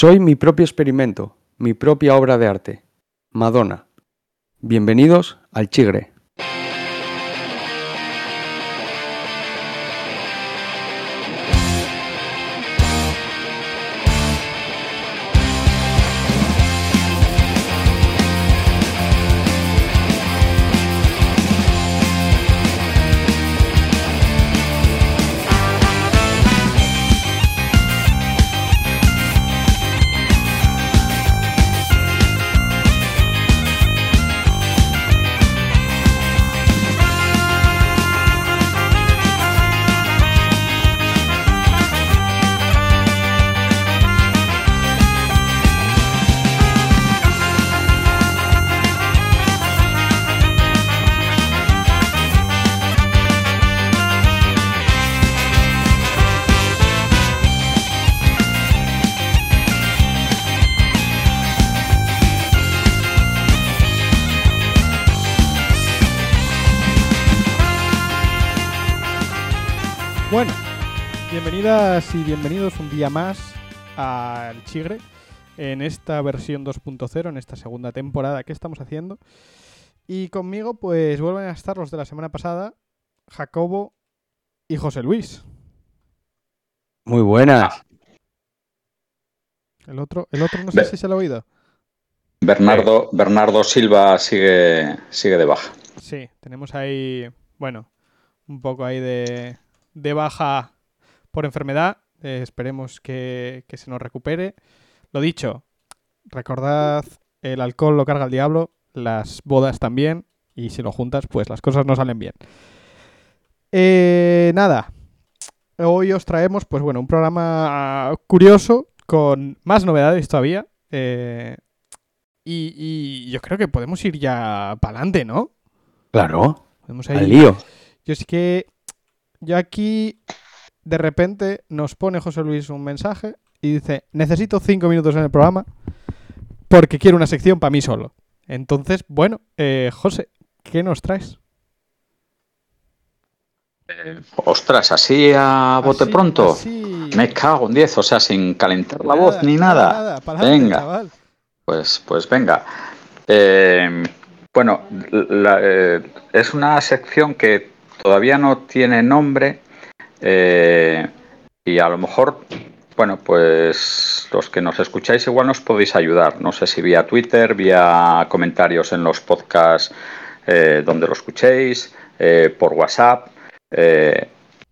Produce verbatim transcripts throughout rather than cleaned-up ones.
Soy mi propio experimento, mi propia obra de arte. Madonna. Bienvenidos al Chigre. Bueno, bienvenidas y bienvenidos un día más al Chigre en esta versión dos punto cero, en esta segunda temporada que estamos haciendo. Y conmigo pues vuelven a estar los de la semana pasada, Jacobo y José Luis. Muy buenas. El otro, el otro no sé Be- si se lo ha oído. Bernardo, Bernardo Silva sigue, sigue de baja. Sí, tenemos ahí, bueno, un poco ahí de, de baja por enfermedad. Eh, esperemos que, que se nos recupere. Lo dicho, recordad, el alcohol lo carga el diablo, las bodas también, y si lo juntas, pues las cosas no salen bien. Eh, nada, hoy os traemos, pues bueno, un programa curioso con más novedades todavía. Eh, y, y yo creo que podemos ir ya para adelante, ¿no? Claro. Podemos Al ahí. lío. Yo es que yo aquí de repente nos pone José Luis un mensaje y dice: necesito cinco minutos en el programa porque quiero una sección para mí solo. Entonces, bueno, eh, José, ¿qué nos traes? Eh, ostras, así a bote Así, pronto. así... Me cago en diez, o sea, sin calentar la Nada, voz ni nada, nada. nada, pa'lante, Venga, chaval. pues, pues venga. Eh, bueno, la- eh, es una sección que todavía no tiene nombre eh, y a lo mejor, bueno, pues los que nos escucháis igual nos podéis ayudar. No sé si vía Twitter, vía comentarios en los podcasts eh, donde lo escuchéis, eh, por WhatsApp. Eh,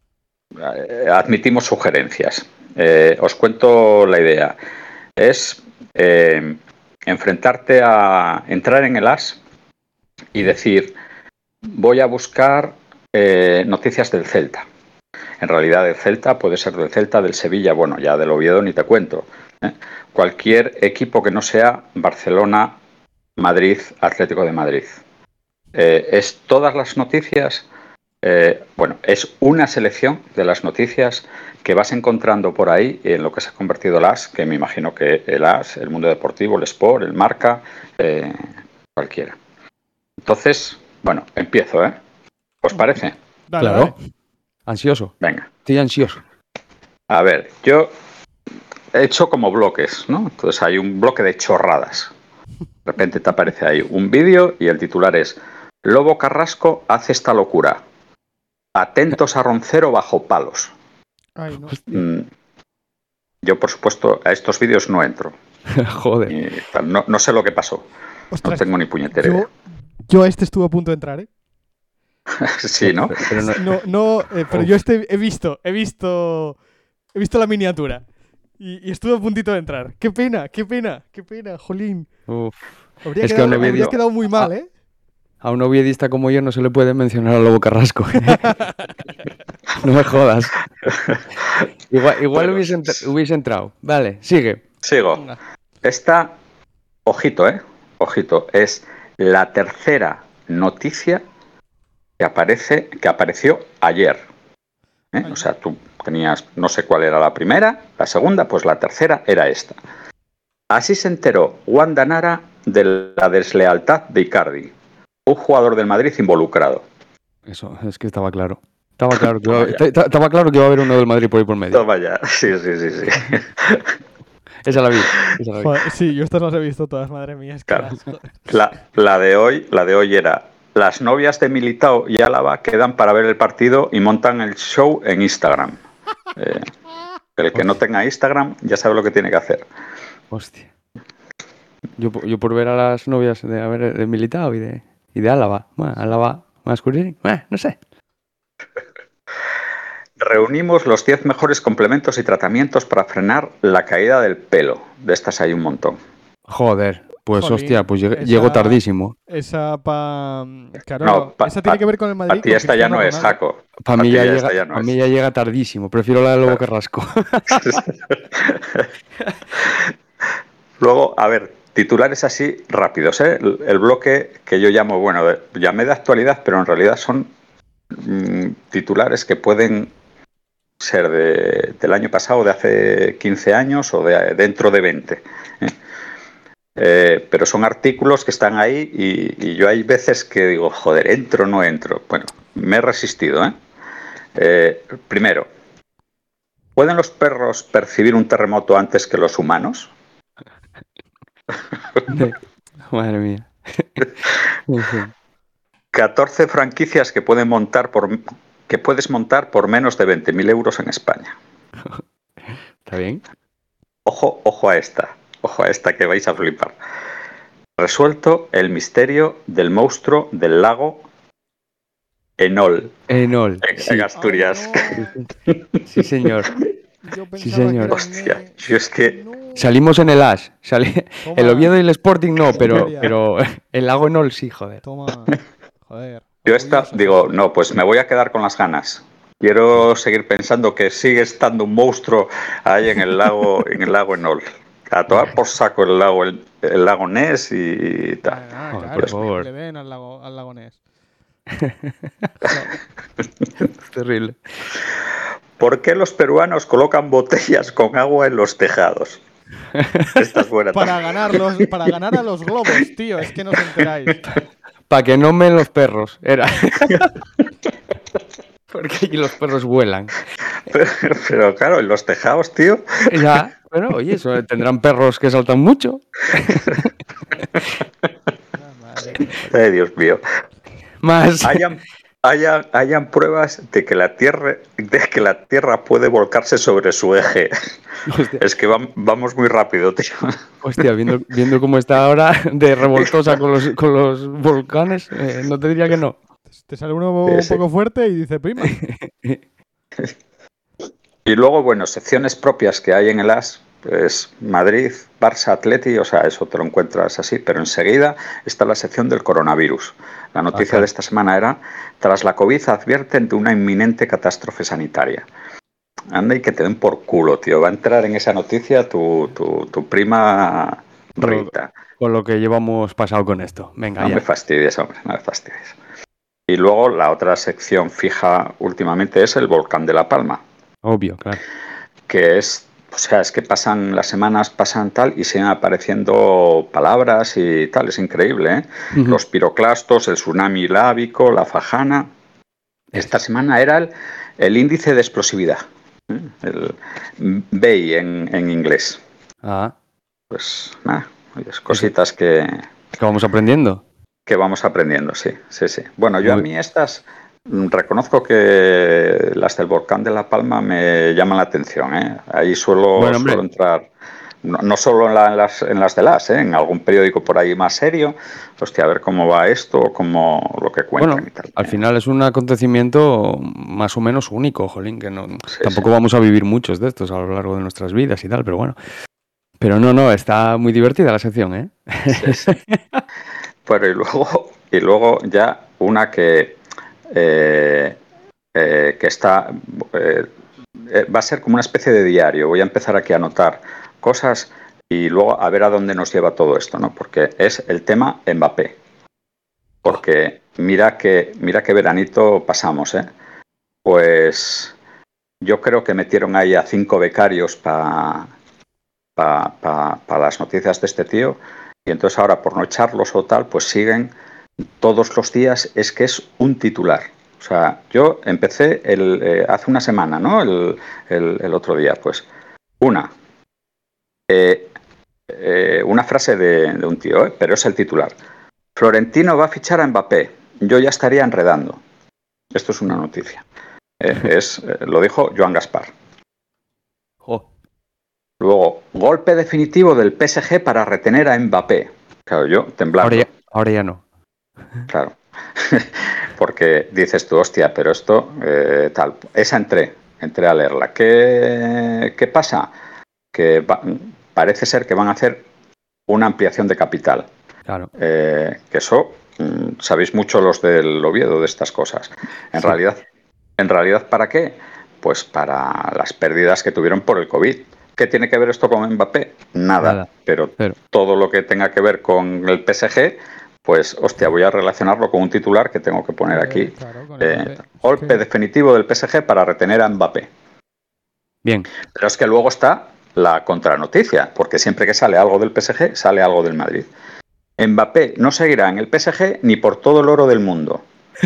admitimos sugerencias. Eh, os cuento la idea. Es eh, enfrentarte a entrar en el As y decir: voy a buscar eh, noticias del Celta. En realidad del Celta puede ser del Celta, del Sevilla, bueno, ya del Oviedo ni te cuento. ¿eh? Cualquier equipo que no sea Barcelona, Madrid, Atlético de Madrid. Eh, es todas las noticias, eh, bueno, es una selección de las noticias que vas encontrando por ahí en lo que se ha convertido el As, que me imagino que el As, el Mundo Deportivo, el Sport, el Marca, eh, cualquiera. Entonces, bueno, empiezo, ¿eh? ¿Os parece? Dale, Claro. dale. Ansioso. Venga. Estoy ansioso. A ver, yo he hecho como bloques, ¿no? Entonces hay un bloque de chorradas. De repente te aparece ahí un vídeo y el titular es: Lobo Carrasco hace esta locura. Atentos a Roncero bajo palos. Ay, no. Mm, yo, por supuesto, a estos vídeos no entro. Joder. Y tal, no, no sé lo que pasó. No Ostras, tengo ni puñetera idea. yo, yo a este estuve a punto de entrar, ¿eh? Sí, ¿no? Pero, pero no- No, no, eh, pero Uf. yo este he visto, he visto, he visto la miniatura y, y estuve a puntito de entrar. Qué pena, qué pena, qué pena, jolín. Uf. Habría, Es que quedado, a un habría oviedista- quedado muy mal, ¿eh? A un oviedista como yo no se le puede mencionar al Lobo Carrasco. No me jodas. Igual, igual Bueno, hubiese, entr- hubiese entrado. Vale, sigue. Sigo. Venga. Esta, ojito, ¿eh? Ojito, es la tercera noticia que aparece, que apareció ayer. ¿eh? Ay. O sea, tú tenías, no sé cuál era la primera, la segunda, pues la tercera era esta. Así se enteró Wanda Nara de la deslealtad de Icardi, un jugador del Madrid involucrado. Eso, es que estaba claro. Estaba claro que iba, Toma ya. esta- estaba claro que iba a haber uno del Madrid por ahí por medio. Toma ya, sí, sí, sí, sí. Esa la vi. Esa la vi. Joder, sí, yo estas las he visto todas, madre mía. Es que Claro. las- joder. La, la de hoy, la de hoy era: las novias de Militao y Álava quedan para ver el partido y montan el show en Instagram. Eh, el que no tenga Instagram ya sabe lo que tiene que hacer. Hostia. Yo, po- yo por ver a las novias de, a ver, de Militao y de, y de Álava. Bueno, Álava más curioso. Eh, no sé. Reunimos los diez mejores complementos y tratamientos para frenar la caída del pelo. De estas hay un montón. Joder. Pues Jolín, hostia, pues llegué- esa- llego tardísimo. Esa pa... Claro, No, pa- esa tiene pa- que ver con el Madrid. A ti con esta ya Cristiano no es, Ronaldo. Jaco. Para A mí, ti ya ya llega, esta ya no pa' es. mí ya llega tardísimo. Prefiero la de Lobo Claro. Carrasco. Luego, a ver, titulares así rápidos, ¿eh? El, el bloque que yo llamo, bueno, de- llamé de actualidad, pero en realidad son mm, titulares que pueden ser de, del año pasado, de hace quince años o de dentro de veinte. ¿eh? Eh, pero son artículos que están ahí y, y yo hay veces que digo, joder, ¿entro o no entro? Bueno, me he resistido. ¿eh? Eh, primero, ¿pueden los perros percibir un terremoto antes que los humanos? Madre mía. En fin. catorce franquicias que, pueden montar por, que puedes montar por menos de veinte mil euros en España. ¿Está bien? Ojo, ojo a esta, ojo a esta que vais a flipar. Resuelto el misterio del monstruo del lago Enol, Enol. en, Sí. en Asturias. Ay, Sí, señor. no. Yo Sí, pensaba señor. que era Hostia, Ne- yo es que- No. Salimos en el As. Sali- Toma. El Oviedo y el Sporting no, pero, Historia. pero el lago Enol sí, joder. Toma. Joder. Yo esta, orgulloso, digo, sí, sí. no, pues me voy a quedar con las ganas. Quiero seguir pensando que sigue estando un monstruo ahí en el lago, en el lago Enol. A tomar por saco el lago, el, el lago Ness y tal. Ah, ah, Joder, claro, por favor. le den al lago, al lagonés. Terrible. ¿Por qué los peruanos colocan botellas con agua en los tejados? Esta es buena Para también. ganar, los, para ganar a los globos, tío, es que no os enteráis. Para que no meen los perros, era. Porque allí los perros vuelan. Pero, pero claro, en los tejados, tío. Ya, bueno, oye, eso, tendrán perros que saltan mucho. Ah, madre mía. Ay, Dios mío. Más. Hayan, hayan, hayan pruebas de que la tierra, de que la tierra puede volcarse sobre su eje. Hostia, Es que vam- vamos muy rápido, tío. hostia, viendo, viendo cómo está ahora de revoltosa con los, con los volcanes, eh, no te diría que no. Te sale uno Sí, un sí. poco fuerte y dice, prima. Y luego, bueno, secciones propias que hay en el As, pues Madrid, Barça, Atleti, o sea, eso te lo encuentras así, pero enseguida está la sección del coronavirus. La noticia Ah, claro. de esta semana era: tras la COVID advierten de una inminente catástrofe sanitaria. Anda y que te den por culo, tío. Va a entrar en esa noticia tu, tu, tu prima Con lo, Rita. con lo que llevamos pasado con esto. Venga, No ya. me fastidies, hombre, no me fastidies. Y luego la otra sección fija últimamente es el volcán de La Palma, Obvio, claro. que es, o sea, es que pasan las semanas, pasan tal, y siguen apareciendo palabras y tal, es increíble, ¿eh? Ujú. Los piroclastos, el tsunami lábico, la fajana. Esta semana era el, el índice de explosividad, ¿eh? El B I en, en inglés. Ah, Pues nada, oyes, cositas que, que vamos aprendiendo. que vamos aprendiendo, sí, sí, sí. Bueno, yo a Muy- mí estas mm, reconozco que las del volcán de La Palma me llaman la atención, ¿eh? Ahí suelo, Bueno, hombre. suelo entrar, no, no solo en, la- en las, en las de las, ¿eh? En algún periódico por ahí más serio, hostia, a ver cómo va esto, cómo lo que cuentan Bueno, y tal. al final es un acontecimiento más o menos único, jolín, que no, Sí, tampoco sí. vamos a vivir muchos de estos a lo largo de nuestras vidas y tal, pero bueno. Pero no, no, está muy divertida la sección, ¿eh? Sí, sí. Pero y luego, y luego ya una que, eh, eh, que está, eh, eh, va a ser como una especie de diario. Voy a empezar aquí a anotar cosas y luego a ver a dónde nos lleva todo esto, ¿no? Porque es el tema Mbappé. Porque mira que, mira qué veranito pasamos, ¿eh? Pues yo creo que metieron ahí a cinco becarios para pa, pa, pa las noticias de este tío, y entonces ahora por no echarlos o tal, pues siguen todos los días. Es que es un titular. O sea, yo empecé el, eh, hace una semana, ¿no? El, el, el otro día, pues una, Eh, eh, una frase de, de un tío, ¿eh? Pero es el titular. Florentino va a fichar a Mbappé. Yo ya estaría enredando. Esto es una noticia. Eh, es, eh, lo dijo Joan Gaspar. Jo. Luego, golpe definitivo del P S G para retener a Mbappé. Claro, yo temblando. Ahora ya, ahora ya no. Claro. Porque dices tú, hostia, pero esto, eh, tal. Esa entré, entré a leerla. ¿Qué, qué pasa? Que va, parece ser que van a hacer una ampliación de capital. Claro. Eh, que eso, mmm, sabéis mucho los del Oviedo de estas cosas. En Sí. realidad, en realidad, ¿para qué? Pues para las pérdidas que tuvieron por el COVID. ¿Qué tiene que ver esto con Mbappé? Nada, Nada. pero Pero, todo lo que tenga que ver con el P S G, pues, hostia, voy a relacionarlo con un titular que tengo que poner Eh, aquí. claro, con Eh, Mbappé. Es golpe que- definitivo del P S G para retener a Mbappé. bien. Pero es que luego está la contranoticia, porque siempre que sale algo del P S G, sale algo del Madrid. Mbappé no seguirá en el P S G ni por todo el oro del mundo.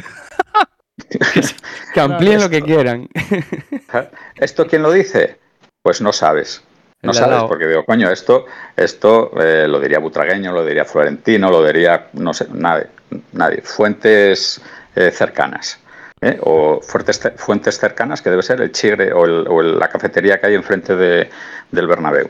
Que amplíen Claro, lo que esto. quieran. ¿Esto quién lo dice? Pues no sabes. No El de al sabes, lado. porque digo, coño, esto, esto eh, lo diría Butragueño, lo diría Florentino, lo diría, no sé, nadie. nadie. Fuentes eh, cercanas. ¿eh? O fuentes, fuentes cercanas, que debe ser el Chigre o, el, o el, la cafetería que hay enfrente de, del Bernabéu.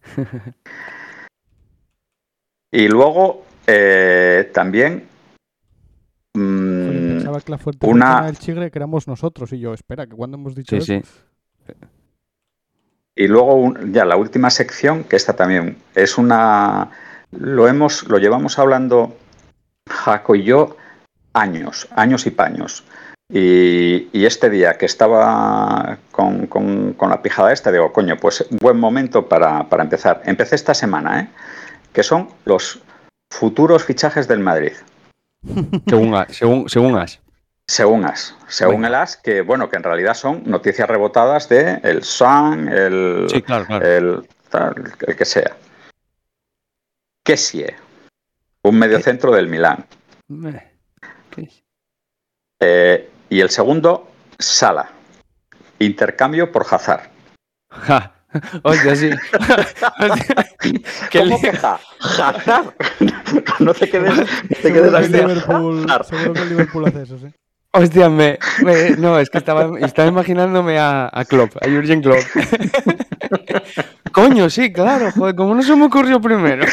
Y luego, eh, también... Mmm, Joder, pensaba que la fuente una... cercana del Chigre que éramos nosotros. Y yo, espera, que cuando hemos dicho Sí, eso. sí. Y luego un, ya la última sección, que esta también es una... Lo, hemos, lo llevamos hablando Jaco y yo años, años y paños. Y, y este día que estaba con, con, con la pijada esta, digo, coño, pues buen momento para, para empezar. Empecé esta semana, ¿eh? Que son los futuros fichajes del Madrid. Según, a- según, según As. Según As, según Venga. el As, que bueno, que en realidad son noticias rebotadas de el Sun, el, Sí, claro, claro. el, tal, el que sea. Kessie, un mediocentro del Milán. Eh, ¿qué es? Eh, y el segundo, Sala, intercambio por Hazard. Ja. Hostia, sí. Hostia. Qué ¿Cómo lío. que ja? Hazard. No te quedes, no te Seguro quedes que, el así. Liverpool, Hazard. seguro que el Liverpool hace eso, sí. Hostia, me, me- no, es que estaba, estaba imaginándome a, a Klopp, a Jurgen Klopp. Coño, sí, claro, joder, ¿cómo no se me ocurrió primero?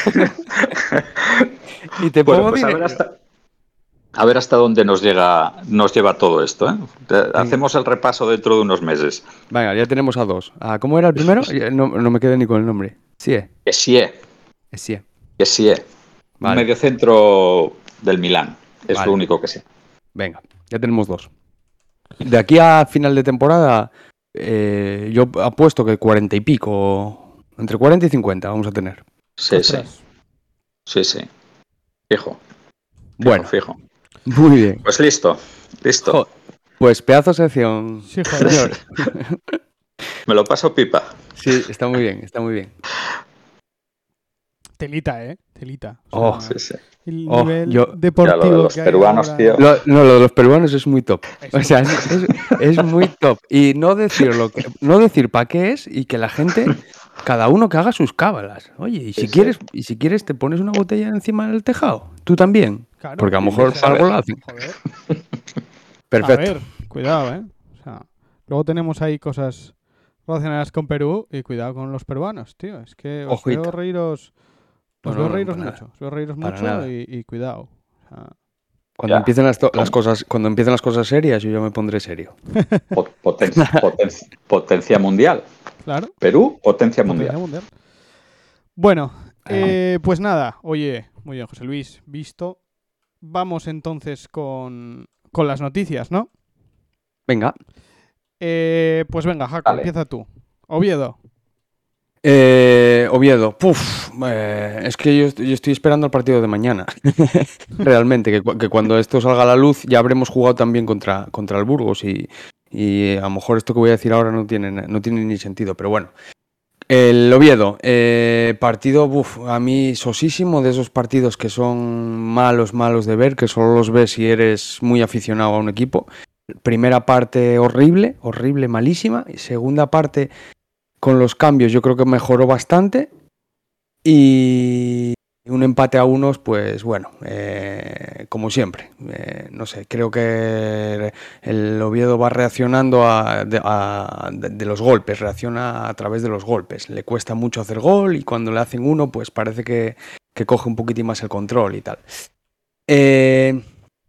Y te Bueno, pongo pues a ver dinero. hasta, a ver hasta dónde nos llega, nos lleva todo esto, ¿eh? Hacemos el repaso dentro de unos meses. Venga, ya tenemos a dos. Ah, ¿cómo era el primero? Ya No, no me quedé ni con el nombre. Sí, eh. Kessie, Es sí. eh. Kessie, un Vale, mediocentro del Milán. Es Vale. lo único que sé. venga, ya tenemos dos. De aquí a final de temporada, eh, yo apuesto que cuarenta y pico, entre cuarenta y cincuenta vamos a tener. Sí, Ostras. sí, sí, sí. Fijo. Fijo, Bueno, fijo. muy bien. Pues listo, listo. Jo, pues pedazo de sección, Sí, joder. señor. Me lo paso pipa. Sí, está muy bien, está muy bien. Telita, ¿eh? Telita. O Oh, sea, Sí, sí. el oh, nivel yo- deportivo Ya, lo de los que hay peruanos, ahora- tío. Lo, no, lo de los peruanos es muy top. Es O sea, es, es- es muy top. Y no decir lo que, no decir para qué es y que la gente, cada uno que haga sus cábalas. Oye, y Sí, si sí. quieres, y si quieres te pones una botella encima del tejado. Tú también. Claro, Porque a lo y mejor mezcla, algo lo hacen. Joder. Perfecto. A ver, cuidado, ¿eh? O sea, luego tenemos ahí cosas relacionadas con Perú y cuidado con los peruanos, tío. Es que os Ojito. veo reíros, os No, veo no, no, reíros para mucho, os veo reíros Para mucho nada. y, y cuidado. O sea, Cuando Ya. empiecen las, to- las ¿Cómo? cosas, cuando empiecen las cosas serias, yo ya me pondré serio. Po- poten- poten- potencia mundial. claro, Perú, potencia potencia mundial. mundial. Bueno, Ah. eh, pues nada, oye, muy bien, José Luis, visto. Vamos entonces con, con las noticias, ¿no? Venga. Eh, pues venga, Jaco, Vale. empieza tú. Oviedo. Eh, Oviedo, puf, eh, es que yo, est- yo estoy esperando al partido de mañana. Realmente, que, cu- que cuando esto salga a la luz ya habremos jugado también contra, contra el Burgos y, y a lo mejor esto que voy a decir ahora no tiene, no tiene ni sentido, pero bueno. El Oviedo, eh, partido, buf, a mí sosísimo, de esos partidos que son malos, malos de ver, que solo los ves si eres muy aficionado a un equipo. Primera parte horrible, horrible, malísima. Y segunda parte, con los cambios, yo creo que mejoró bastante. Y un empate a unos, pues bueno, eh, como siempre. Eh, no sé, creo que el Oviedo va reaccionando a, de, a, de los golpes, reacciona a través de los golpes. Le cuesta mucho hacer gol y cuando le hacen uno, pues parece que, que coge un poquitín más el control y tal. Eh,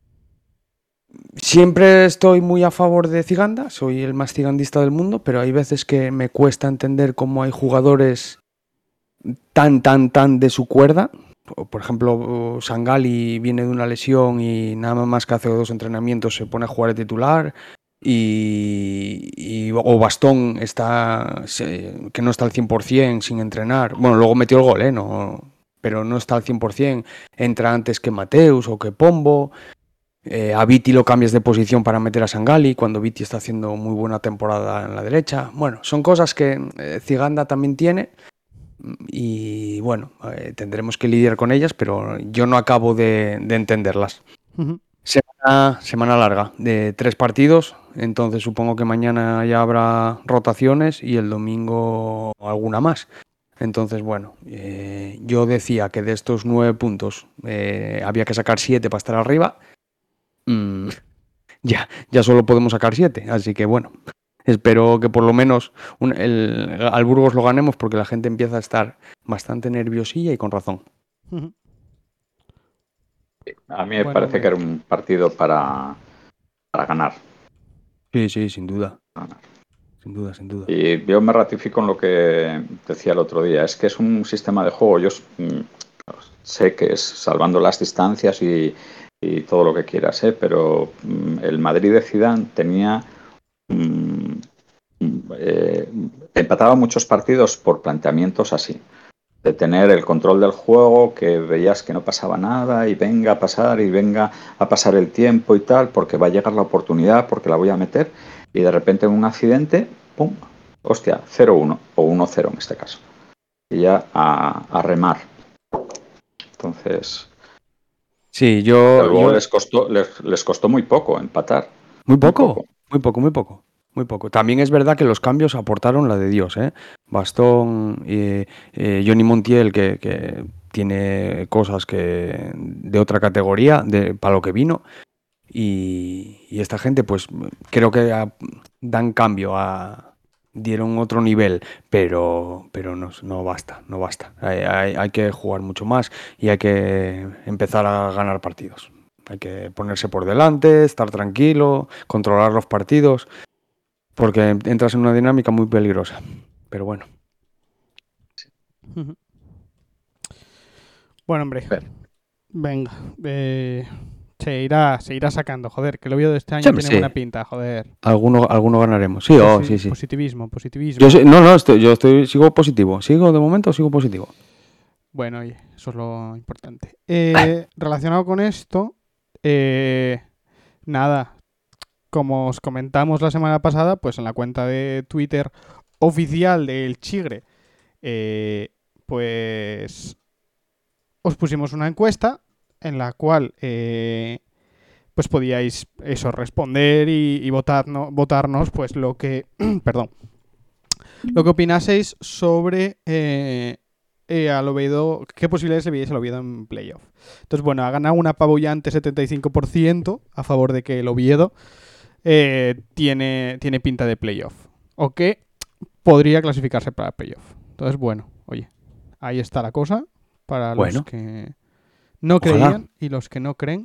siempre estoy muy a favor de Ciganda, soy el más cigandista del mundo, pero hay veces que me cuesta entender cómo hay jugadores tan, tan, tan de su cuerda. Por ejemplo, Sangali viene de una lesión y nada más que hace dos entrenamientos se pone a jugar de titular. Y, y o Bastón está se, que no está al cien por ciento sin entrenar. Bueno, luego metió el gol, ¿eh? No, pero no está al cien por ciento. Entra antes que Mateus o que Pombo. Eh, a Viti lo cambias de posición para meter a Sangali cuando Viti está haciendo muy buena temporada en la derecha. Bueno, son cosas que eh, Ciganda también tiene. Y bueno, eh, tendremos que lidiar con ellas, pero yo no acabo de, de entenderlas. Uh-huh. Semana, semana larga, de tres partidos, entonces supongo que mañana ya habrá rotaciones y el domingo alguna más. Entonces, bueno, eh, yo decía que de estos nueve puntos eh, había que sacar siete para estar arriba. Mm, ya, ya solo podemos sacar siete, así que bueno. Espero que por lo menos un, el, al Burgos lo ganemos porque la gente empieza a estar bastante nerviosilla y con razón. Uh-huh. A mí me Bueno, parece hombre. que era un partido para, para ganar. Sí, sí, sin duda. Sin duda, sin duda. Y yo me ratifico en lo que decía el otro día. Es que es un sistema de juego. Yo mm, sé que es salvando las distancias y, y todo lo que quieras, ¿eh? Pero mm, el Madrid de Zidane tenía... Mm, eh, empataba muchos partidos por planteamientos así, de tener el control del juego, que veías que no pasaba nada y venga a pasar y venga a pasar el tiempo y tal, porque va a llegar la oportunidad, porque la voy a meter, y de repente en un accidente, ¡pum! Hostia, cero uno o uno cero en este caso. Y ya a, a remar. Entonces, sí, yo, luego yo... les costó, les, les costó muy poco empatar. Muy poco, Muy poco. muy poco, muy poco. Muy poco. También es verdad que los cambios aportaron la de Dios, ¿eh? Bastón y eh, Johnny Montiel, que, que tiene cosas que de otra categoría de, para lo que vino. Y, y esta gente, pues creo que a, dan cambio, a, dieron otro nivel, pero, pero no, no basta, no basta. Hay, hay, hay que jugar mucho más y hay que empezar a ganar partidos. Hay que ponerse por delante, estar tranquilo, controlar los partidos, porque entras en una dinámica muy peligrosa. Pero bueno. Uh-huh. Bueno, hombre. Pero. Venga. Eh, se, irá, se irá sacando, joder, que el Oviedo de este año Siempre tiene sí. buena pinta, joder. Alguno, alguno ganaremos. Sí, Posi- oh, sí, sí. Positivismo, positivismo. Yo sé, no, no, estoy, yo estoy, sigo positivo. Sigo de momento, sigo positivo. Bueno, oye, eso es lo importante. Eh, relacionado con esto, eh, nada, como os comentamos la semana pasada, pues en la cuenta de Twitter oficial del Chigre, eh, pues os pusimos una encuesta en la cual eh, pues podíais eso responder y, y votarnos, votarnos pues lo que, perdón, lo que opinaseis sobre eh, eh, al Oviedo, qué posibilidades le veíais al Oviedo en playoff. Entonces, bueno, ha ganado un apabullante setenta y cinco por ciento a favor de que el Oviedo eh, tiene, tiene pinta de playoff. O que podría clasificarse para playoff. Entonces, bueno, oye, ahí está la cosa para Bueno. los que no Ojalá. creían y los que no creen.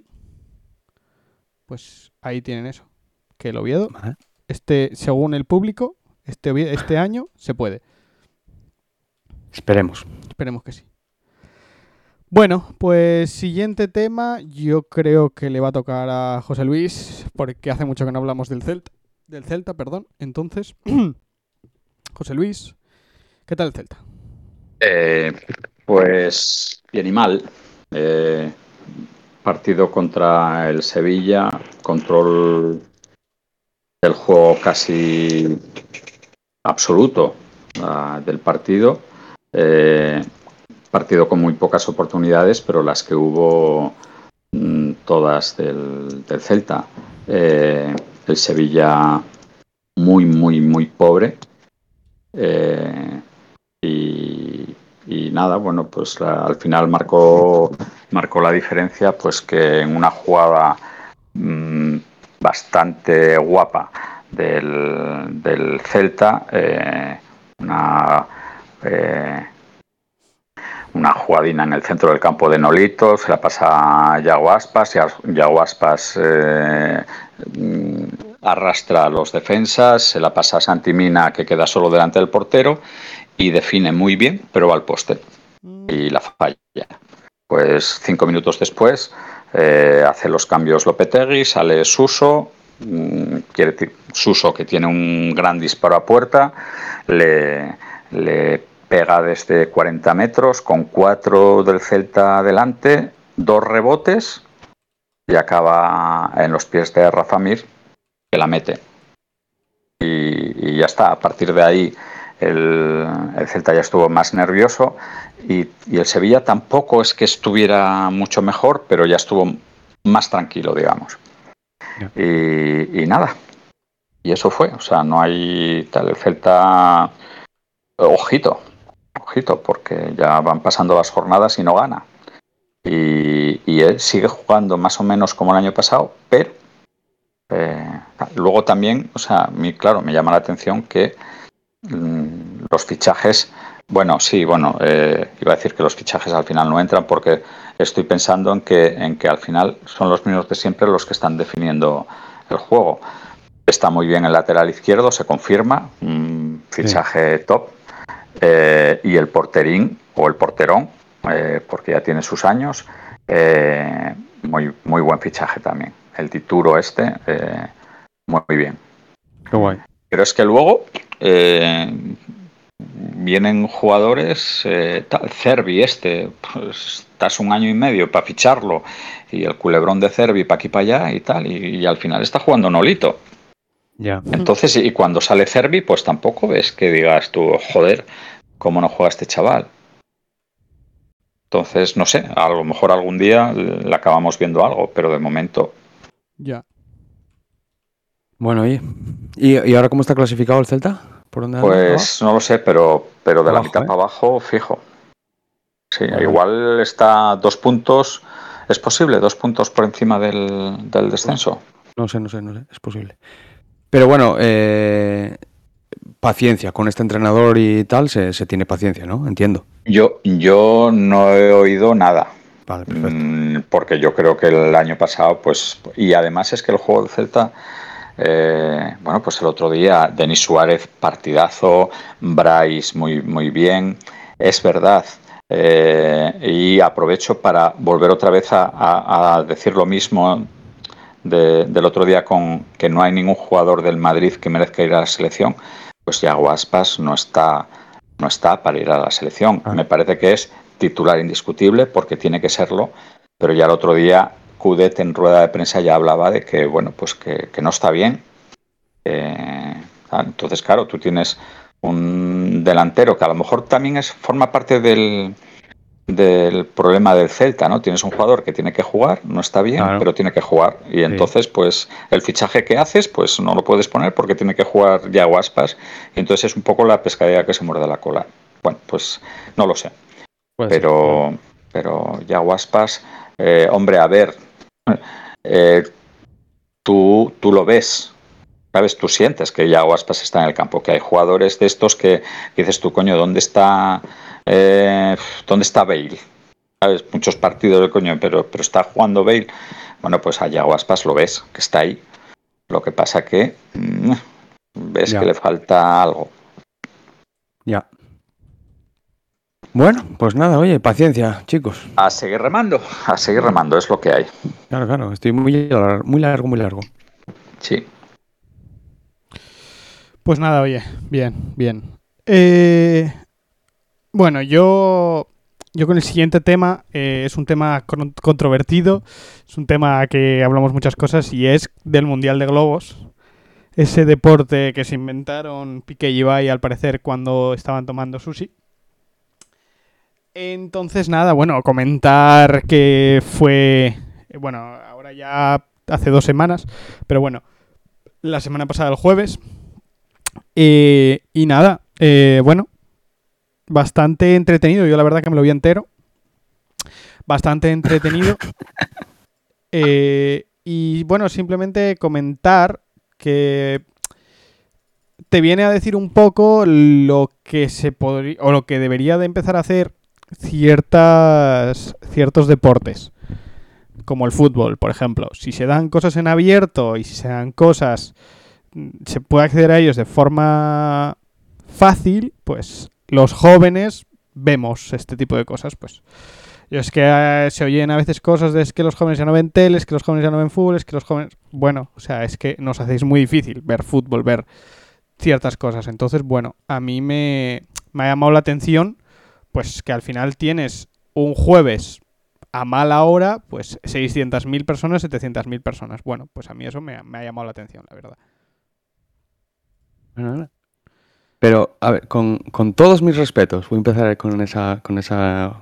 Pues ahí tienen eso. Que el Oviedo, Vale. este, según el público, este, Oviedo- este año se puede. Esperemos. Esperemos que sí. Bueno, pues siguiente tema, yo creo que le va a tocar a José Luis, porque hace mucho que no hablamos del Celta, del Celta, perdón. Entonces, José Luis, ¿qué tal el Celta? Eh, pues bien y mal. Eh, partido contra el Sevilla, control del juego casi absoluto uh, del partido. Eh, partido con muy pocas oportunidades, pero las que hubo mmm, todas del, del Celta. Eh, el Sevilla muy, muy, muy pobre. Eh, y, y nada, bueno, pues la, al final marcó, marcó la diferencia, pues que en una jugada mmm, bastante guapa del, del Celta, eh, una... Eh, una jugadina en el centro del campo de Nolito, se la pasa a Yago Aspas, y Yago Aspas eh, arrastra a los defensas, se la pasa a Santi Mina, que queda solo delante del portero, y define muy bien, pero va al poste y la falla. Pues cinco minutos después eh, hace los cambios Lopetegui, sale Suso, mmm, quiere, Suso, que tiene un gran disparo a puerta, le... le pega desde cuarenta metros con cuatro del Celta adelante, dos rebotes y acaba en los pies de Rafa Mir, que la mete. Y, y ya está. A partir de ahí el, el Celta ya estuvo más nervioso y, y el Sevilla tampoco es que estuviera mucho mejor, pero ya estuvo más tranquilo, digamos. Yeah. Y, y nada. Y eso fue. O sea, no hay tal. El Celta, ojito. Ojito, porque ya van pasando las jornadas y no gana. Y, y él sigue jugando más o menos como el año pasado, pero eh, luego también, o sea, a mí, claro, me llama la atención que mmm, los fichajes, bueno, sí, bueno, eh, iba a decir que los fichajes al final no entran porque estoy pensando en que, en que al final son los mismos de siempre los que están definiendo el juego. Está muy bien el lateral izquierdo, se confirma, un fichaje sí. top. Eh, y el porterín o el porterón, eh, porque ya tiene sus años, eh, muy, muy buen fichaje también. El Tituro este, eh, muy, muy bien. Qué guay. Pero es que luego eh, vienen jugadores, eh, tal, Cervi este, pues estás un año y medio para ficharlo, y el culebrón de Cervi para aquí para allá y tal, y, y al final está jugando Nolito. Ya. Entonces, y cuando sale Cervi, pues tampoco ves que digas tú, joder, ¿cómo no juega este chaval? Entonces, no sé, a lo mejor algún día le acabamos viendo algo, pero de momento... Ya. Bueno, ¿y, ¿y, y ahora cómo está clasificado el Celta? ¿Por dónde anda? Pues no lo sé, pero, pero de abajo, la mitad ¿eh? para abajo, fijo. Sí, vale. Igual está dos puntos, es posible, dos puntos por encima del, del descenso. No sé, no sé, no sé, es posible. Pero bueno, eh, paciencia, con este entrenador y tal, se, se tiene paciencia, ¿no? Entiendo. Yo, yo no he oído nada. Vale, perfecto. Mmm, porque yo creo que el año pasado, pues, y además es que el juego del Celta, eh, bueno, pues el otro día, Denis Suárez, partidazo, Bryce, muy, muy bien, es verdad. Eh, y aprovecho para volver otra vez a, a, a decir lo mismo de, del otro día con que no hay ningún jugador del Madrid que merezca ir a la selección. Pues Yago Aspas no está, no está para ir a la selección. Ah. Me parece que es titular indiscutible porque tiene que serlo, pero ya el otro día Coudet en rueda de prensa ya hablaba de que, bueno, pues que, que no está bien. Eh, entonces, claro, tú tienes un delantero que a lo mejor también es, forma parte del, del problema del Celta, ¿no? Tienes un jugador que tiene que jugar, no está bien, claro. pero tiene que jugar. Y entonces, sí. pues, el fichaje que haces, pues no lo puedes poner porque tiene que jugar Yago Aspas. Y entonces es un poco la pescadilla que se muerde la cola. Bueno, pues no lo sé. Puede pero, ser, pero Yago Aspas, eh, hombre, a ver, eh, tú, tú lo ves. ¿Sabes? Tú sientes que Yago Aspas está en el campo, que hay jugadores de estos que, que dices tú, coño, ¿dónde está eh, ¿dónde está Bale? ¿Sabes? Muchos partidos de coño, pero, pero está jugando Bale. Bueno, pues a Yago Aspas lo ves, que está ahí. Lo que pasa que mmm, ves ya. que le falta algo. Ya. Bueno, pues nada, oye, paciencia, chicos. A seguir remando, a seguir remando, es lo que hay. Claro, claro, estoy muy largo, muy largo, muy largo. Sí. Pues nada, oye, bien, bien. Eh, bueno, yo, yo con el siguiente tema, eh, es un tema con, controvertido, es un tema que hablamos muchas cosas y es del Mundial de Globos. Ese deporte que se inventaron Piqué y Ibai al parecer cuando estaban tomando sushi. Entonces nada, bueno, comentar que fue, bueno, ahora ya hace dos semanas, pero bueno, la semana pasada el jueves. Eh, y nada, eh, bueno, bastante entretenido. Yo la verdad que me lo vi entero. Bastante entretenido. eh, y bueno, simplemente comentar que te viene a decir un poco lo que se podría o lo que debería de empezar a hacer ciertas ciertos deportes, como el fútbol, por ejemplo. Si se dan cosas en abierto y si se dan cosas, se puede acceder a ellos de forma fácil, pues los jóvenes vemos este tipo de cosas, pues. Yo es que eh, se oyen a veces cosas de es que los jóvenes ya no ven tele, es que los jóvenes ya no ven fútbol, es que los jóvenes... Bueno, o sea, es que nos hacéis muy difícil ver fútbol, ver ciertas cosas. Entonces, bueno, a mí me, me ha llamado la atención pues que al final tienes un jueves a mala hora, pues seiscientas mil personas, setecientas mil personas. Bueno, pues a mí eso me, me ha llamado la atención, la verdad. Pero, a ver, con, con todos mis respetos, voy a empezar con esa... Con esa...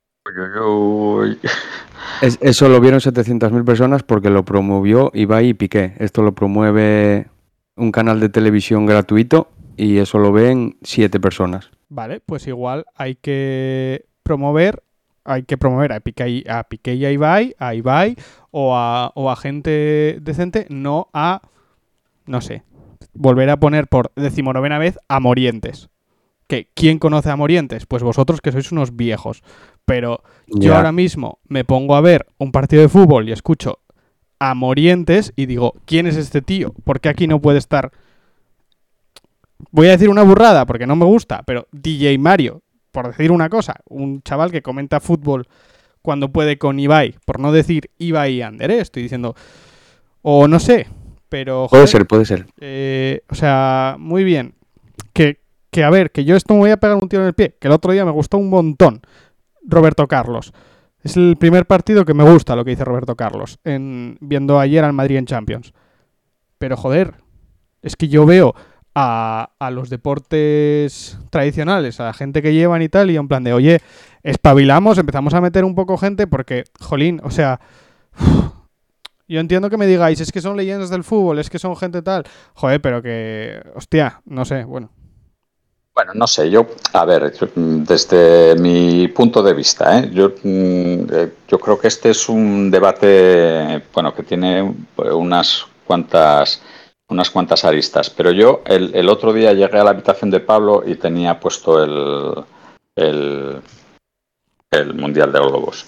Es, eso lo vieron setecientas mil personas porque lo promovió Ibai y Piqué. Esto lo promueve un canal de televisión gratuito y eso lo ven siete personas. Vale, pues igual hay que promover, hay que promover a Piqué, a Piqué y a Ibai, a Ibai o a, o a gente decente, no a, no sé, volver a poner por decimonovena vez a Morientes. ¿Qué? ¿Quién conoce a Morientes? Pues vosotros que sois unos viejos. Pero yo Ya. ahora mismo me pongo a ver un partido de fútbol y escucho a Morientes y digo, ¿quién es este tío? ¿Por qué aquí no puede estar? Voy a decir una burrada porque no me gusta, pero D J Mario, por decir una cosa, un chaval que comenta fútbol cuando puede con Ibai, por no decir Ibai y Anderé, estoy diciendo, o no sé, pero... Puede joder, ser, puede ser. eh, o sea, muy bien. Que, que a ver, que yo esto me voy a pegar un tiro en el pie, que el otro día me gustó un montón Roberto Carlos. Es el primer partido que me gusta lo que dice Roberto Carlos, en, viendo ayer al Madrid en Champions. Pero joder, es que yo veo a, a los deportes tradicionales, a la gente que llevan y tal, y en plan de, oye, espabilamos, empezamos a meter un poco gente porque, jolín, o sea... Uf, yo entiendo que me digáis, es que son leyendas del fútbol, es que son gente tal. Joder, pero que... Hostia, no sé, bueno. Bueno, no sé, yo, a ver, yo, desde mi punto de vista, ¿eh? yo, yo creo que este es un debate, bueno, que tiene unas cuantas, unas cuantas aristas, pero yo el, el otro día llegué a la habitación de Pablo y tenía puesto el, el, el Mundial de Globos.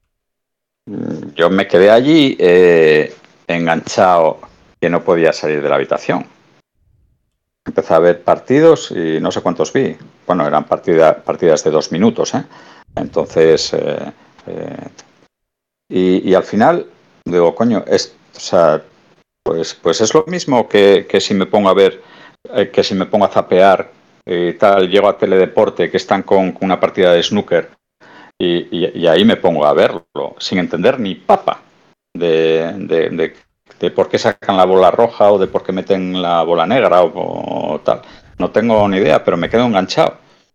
Yo me quedé allí eh, enganchado que no podía salir de la habitación. Empecé a ver partidos y no sé cuántos vi. Bueno, eran partida, partidas de dos minutos, ¿eh? Entonces, eh, eh, y, y al final digo, coño, es, o sea, pues, pues es lo mismo que, que si me pongo a ver, eh, que si me pongo a zapear y tal, llego a Teledeporte que están con, con una partida de snooker y, y, y ahí me pongo a verlo sin entender ni papa de, de, de de por qué sacan la bola roja o de por qué meten la bola negra o, o tal. No tengo ni idea, pero me quedo enganchado.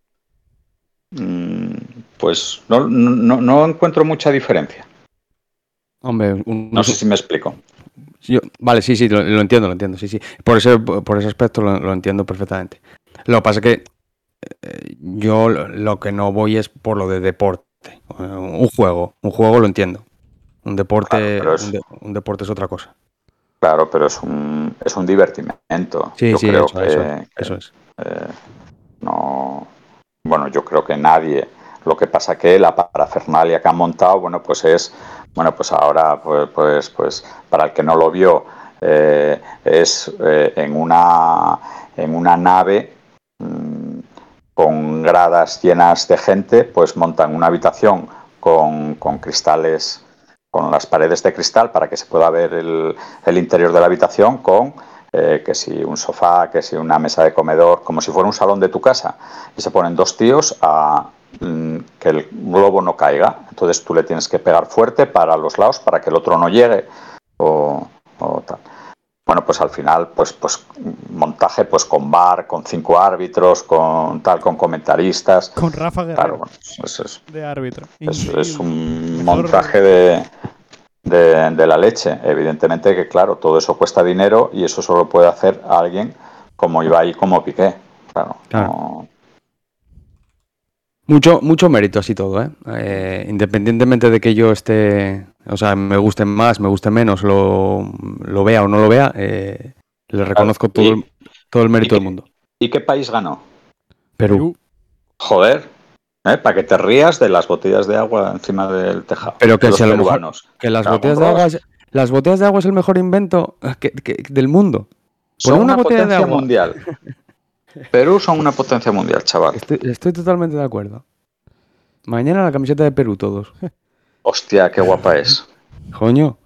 Mm, pues no, no, no encuentro mucha diferencia. Hombre, un, no sé si me explico. Yo, vale, sí, sí, lo, lo entiendo, lo entiendo, sí, sí. Por ese, por ese aspecto lo, lo entiendo perfectamente. Lo que pasa es que eh, yo lo, lo que no voy es por lo de deporte. Uh, un juego, un juego lo entiendo. Un deporte, Claro, es, un, de, un deporte es otra cosa. Claro, pero es un, es un divertimento. Sí, yo sí, creo eso, que, eso, que eso es. Eh, no, bueno, yo creo que nadie. Lo que pasa que la parafernalia que han montado, bueno, pues es, bueno, pues ahora, pues, pues, pues para el que no lo vio, eh, es eh, en una, en una nave mmm, con gradas llenas de gente, pues montan una habitación con, con cristales, con las paredes de cristal para que se pueda ver el, el interior de la habitación con Eh, que si un sofá, que si una mesa de comedor, como si fuera un salón de tu casa, y se ponen dos tíos a mm, que el globo no caiga, entonces tú le tienes que pegar fuerte para los lados para que el otro no llegue o, o tal. Bueno, pues al final, pues, pues montaje pues con bar, con cinco árbitros, con tal, con comentaristas. Con Rafa Guerrero. Claro, bueno, eso es, de árbitro. Es, es un Mejor... montaje de... De, de la leche. Evidentemente que, claro, todo eso cuesta dinero y eso solo puede hacer a alguien como Ibai y como Piqué. Claro. Claro. No... Mucho, mucho mérito así todo, ¿eh? Eh, Independientemente de que yo esté, o sea, me guste más, me guste menos, lo, lo vea o no lo vea, eh, le Claro. reconozco todo el, ¿Y, todo el y mérito del qué, mundo. y qué país ganó? Perú. Perú. Joder, ¿eh? Para que te rías de las botellas de agua encima del tejado, Pero de que los si a lo mejor, peruanos. que las Cago en botellas de agua, Ross. es- las botellas de agua es el mejor invento que- que- del mundo. Poner Son una una botella de potencia agua. mundial. Perú son una potencia mundial, chaval. Estoy, estoy totalmente de acuerdo. Mañana la camiseta de Perú todos. Hostia, qué guapa es. Coño.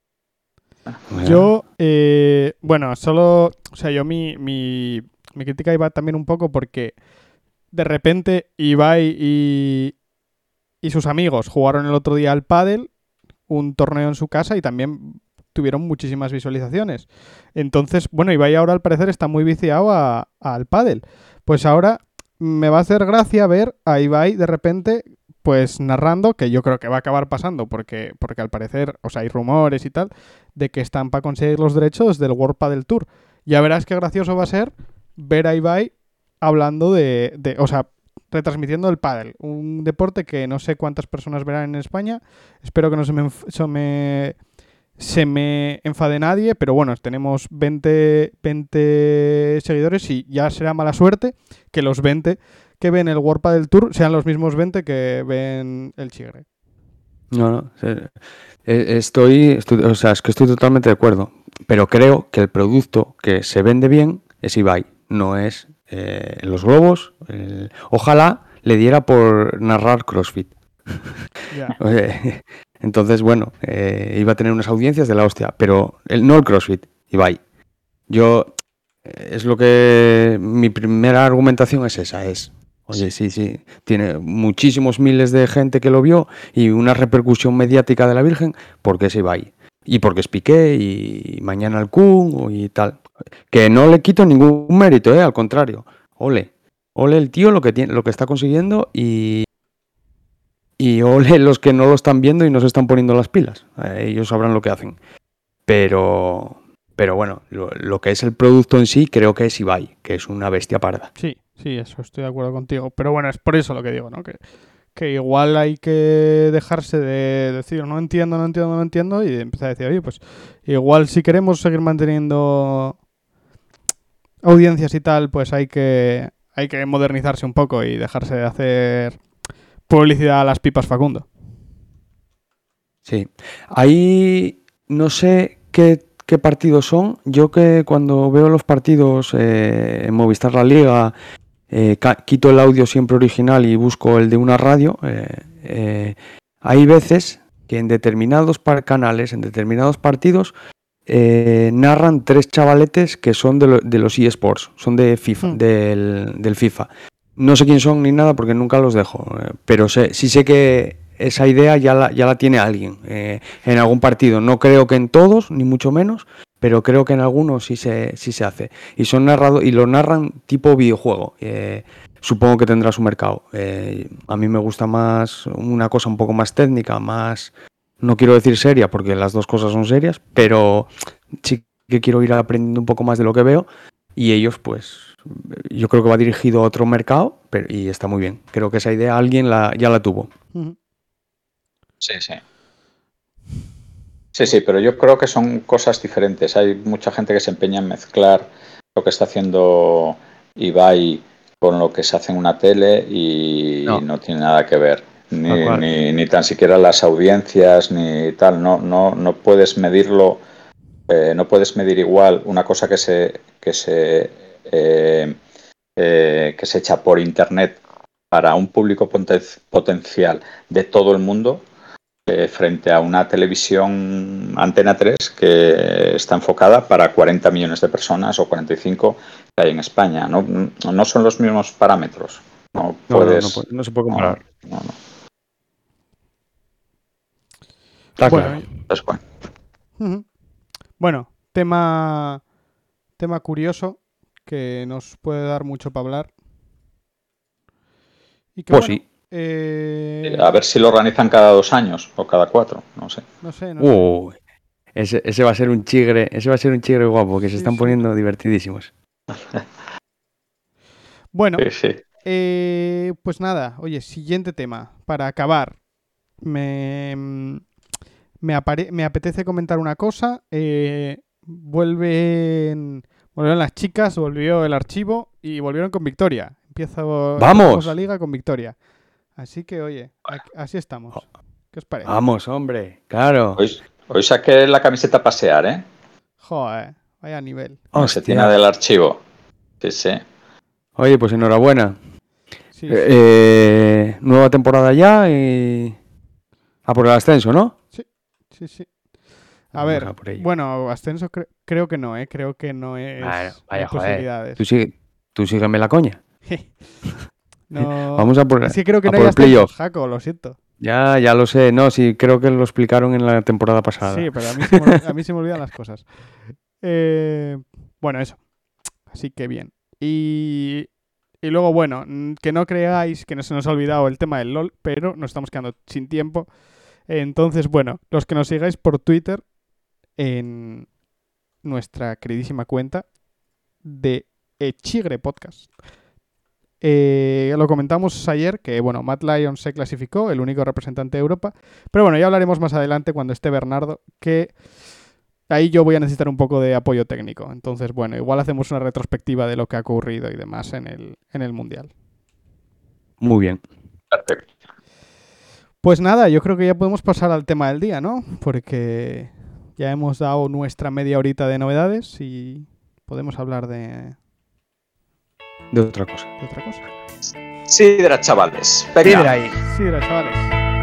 Yo, eh, bueno, solo, o sea, yo mi, mi, mi crítica iba también un poco porque de repente Ibai y, y sus amigos jugaron el otro día al pádel, un torneo en su casa y también tuvieron muchísimas visualizaciones. Entonces, bueno, Ibai ahora al parecer está muy viciado a- al pádel. Pues ahora me va a hacer gracia ver a Ibai de repente pues narrando, que yo creo que va a acabar pasando porque, porque al parecer, o sea, hay rumores y tal, de que están para conseguir los derechos del World Padel Tour. Ya verás qué gracioso va a ser ver a Ibai hablando de, de o sea, retransmitiendo el pádel, un deporte que no sé cuántas personas verán en España. Espero que no se me, enf- se me, se me enfade nadie, pero bueno, tenemos veinte, veinte seguidores y ya será mala suerte que los veinte que ven el World Padel Tour sean los mismos veinte que ven el Chigre. No, no. eh, eh, Estoy, estoy, o sea, es que estoy totalmente de acuerdo. Pero creo que el producto que se vende bien es Ibai, no es eh, los globos. el- Ojalá le diera por narrar CrossFit. Ya. Oye, entonces, bueno, eh, iba a tener unas audiencias de la hostia, pero el, no el CrossFit, Ibai. Yo, eh, es lo que, mi primera argumentación es esa, es, oye, sí, sí, tiene muchísimos miles de gente que lo vio y una repercusión mediática de la Virgen, porque es Ibai. Y porque es Piqué y mañana el Kun y tal. Que no le quito ningún mérito, eh, al contrario. Ole, ole el tío lo que tiene, lo que está consiguiendo y y ole los que no lo están viendo y no se están poniendo las pilas. Eh, ellos sabrán lo que hacen. Pero, pero bueno, lo, lo que es el producto en sí creo que es Ibai, que es una bestia parda. Sí, sí, eso estoy de acuerdo contigo. Pero bueno, es por eso lo que digo, ¿no? Que, que igual hay que dejarse de decir no entiendo, no entiendo, no entiendo y empezar a decir, oye, pues igual si queremos seguir manteniendo audiencias y tal, pues hay que, hay que modernizarse un poco y dejarse de hacer publicidad a las pipas Facundo. Sí. Ahí no sé qué, qué partidos son. Yo que cuando veo los partidos eh, en Movistar La Liga, eh, ca- quito el audio siempre original y busco el de una radio. eh, eh, hay veces que en determinados par- canales, en determinados partidos, eh, narran tres chavaletes que son de, lo- de los eSports, son de FIFA, Hmm. del, del FIFA. No sé quién son ni nada porque nunca los dejo, eh, pero sé, sí sé que esa idea ya la, ya la tiene alguien eh, en algún partido. No creo que en todos, ni mucho menos, pero creo que en algunos sí se, sí se hace. Y son narrado y lo narran tipo videojuego. Eh, supongo que tendrá su mercado. Eh, a mí me gusta más una cosa un poco más técnica, más, no quiero decir seria porque las dos cosas son serias, pero sí que quiero ir aprendiendo un poco más de lo que veo y ellos pues yo creo que va dirigido a otro mercado pero, y está muy bien. Creo que esa idea alguien la, ya la tuvo. Ujú. Sí, sí. Sí, sí, pero yo creo que son cosas diferentes. Hay mucha gente que se empeña en mezclar lo que está haciendo Ibai con lo que se hace en una tele y No, no tiene nada que ver. tal Ni, cual. ni, ni tan siquiera las audiencias ni tal. No, no, no puedes medirlo, eh, no puedes medir igual una cosa que se, que se, eh, eh, que se echa por internet para un público poten- potencial de todo el mundo eh, frente a una televisión Antena tres que está enfocada para cuarenta millones de personas o cuarenta y cinco que hay en España. No, no son los mismos parámetros. No No, no, no, puedes. pu- no se puede No, comparar. no, no. Está Bueno, claro. y- Pues bueno. ujú. Bueno, tema, tema curioso que nos puede dar mucho para hablar. Y que Pues bueno, sí. eh, A ver si lo organizan cada dos años o cada cuatro. No sé. no sé, no sé. Uh, ese, ese va a ser un chigre, ese va a ser un chigre guapo, que se Sí, están sí. poniendo divertidísimos. Bueno, Sí, sí. eh, pues nada, oye, siguiente tema. Para acabar, me, me, apare- me apetece comentar una cosa. Eh, vuelven, volvieron las chicas, volvió el archivo y volvieron con victoria. Empieza, ¡Vamos! empezamos la liga con victoria. Así que, oye, a- así estamos. ¿Qué os parece? Vamos, hombre, claro. Hoy, hoy saqué la camiseta a pasear, ¿eh? Joder, vaya nivel. Camisetina Hostia. del archivo. Sí, sí. Oye, pues enhorabuena. Sí, Eh, sí. eh, nueva temporada ya y... A por el ascenso, ¿no? Sí, sí. A Vamos ver, a por ello. bueno, ascenso cre- creo que no, ¿eh? Creo que no es... Bueno, no hay vaya, joder. posibilidades. Tú, sigue, tú sígueme la coña. No, Vamos a por, es que creo que a no por hay el ascenso, playoff. Jaco, lo siento. Ya, ya lo sé. No, sí, creo que lo explicaron en la temporada pasada. Sí, pero a mí se me, a mí se me olvidan las cosas. Eh, bueno, eso. Así que bien. Y, y luego, bueno, mm, que no creáis que no se nos ha olvidado el tema del LOL, pero nos estamos quedando sin tiempo. Entonces, bueno, los que nos sigáis por Twitter en nuestra queridísima cuenta de Echigre Podcast. Eh, lo comentamos ayer que, bueno, Mad Lions se clasificó, el único representante de Europa. Pero bueno, ya hablaremos más adelante cuando esté Bernardo, que ahí yo voy a necesitar un poco de apoyo técnico. Entonces, bueno, igual hacemos una retrospectiva de lo que ha ocurrido y demás en el, en el Mundial. Muy bien. Perfecto. Pues nada, yo creo que ya podemos pasar al tema del día, ¿no? Porque ya hemos dado nuestra media horita de novedades y podemos hablar de, De otra cosa. de otra cosa. Sidra, chavales. Venga. ahí. Sí, chavales.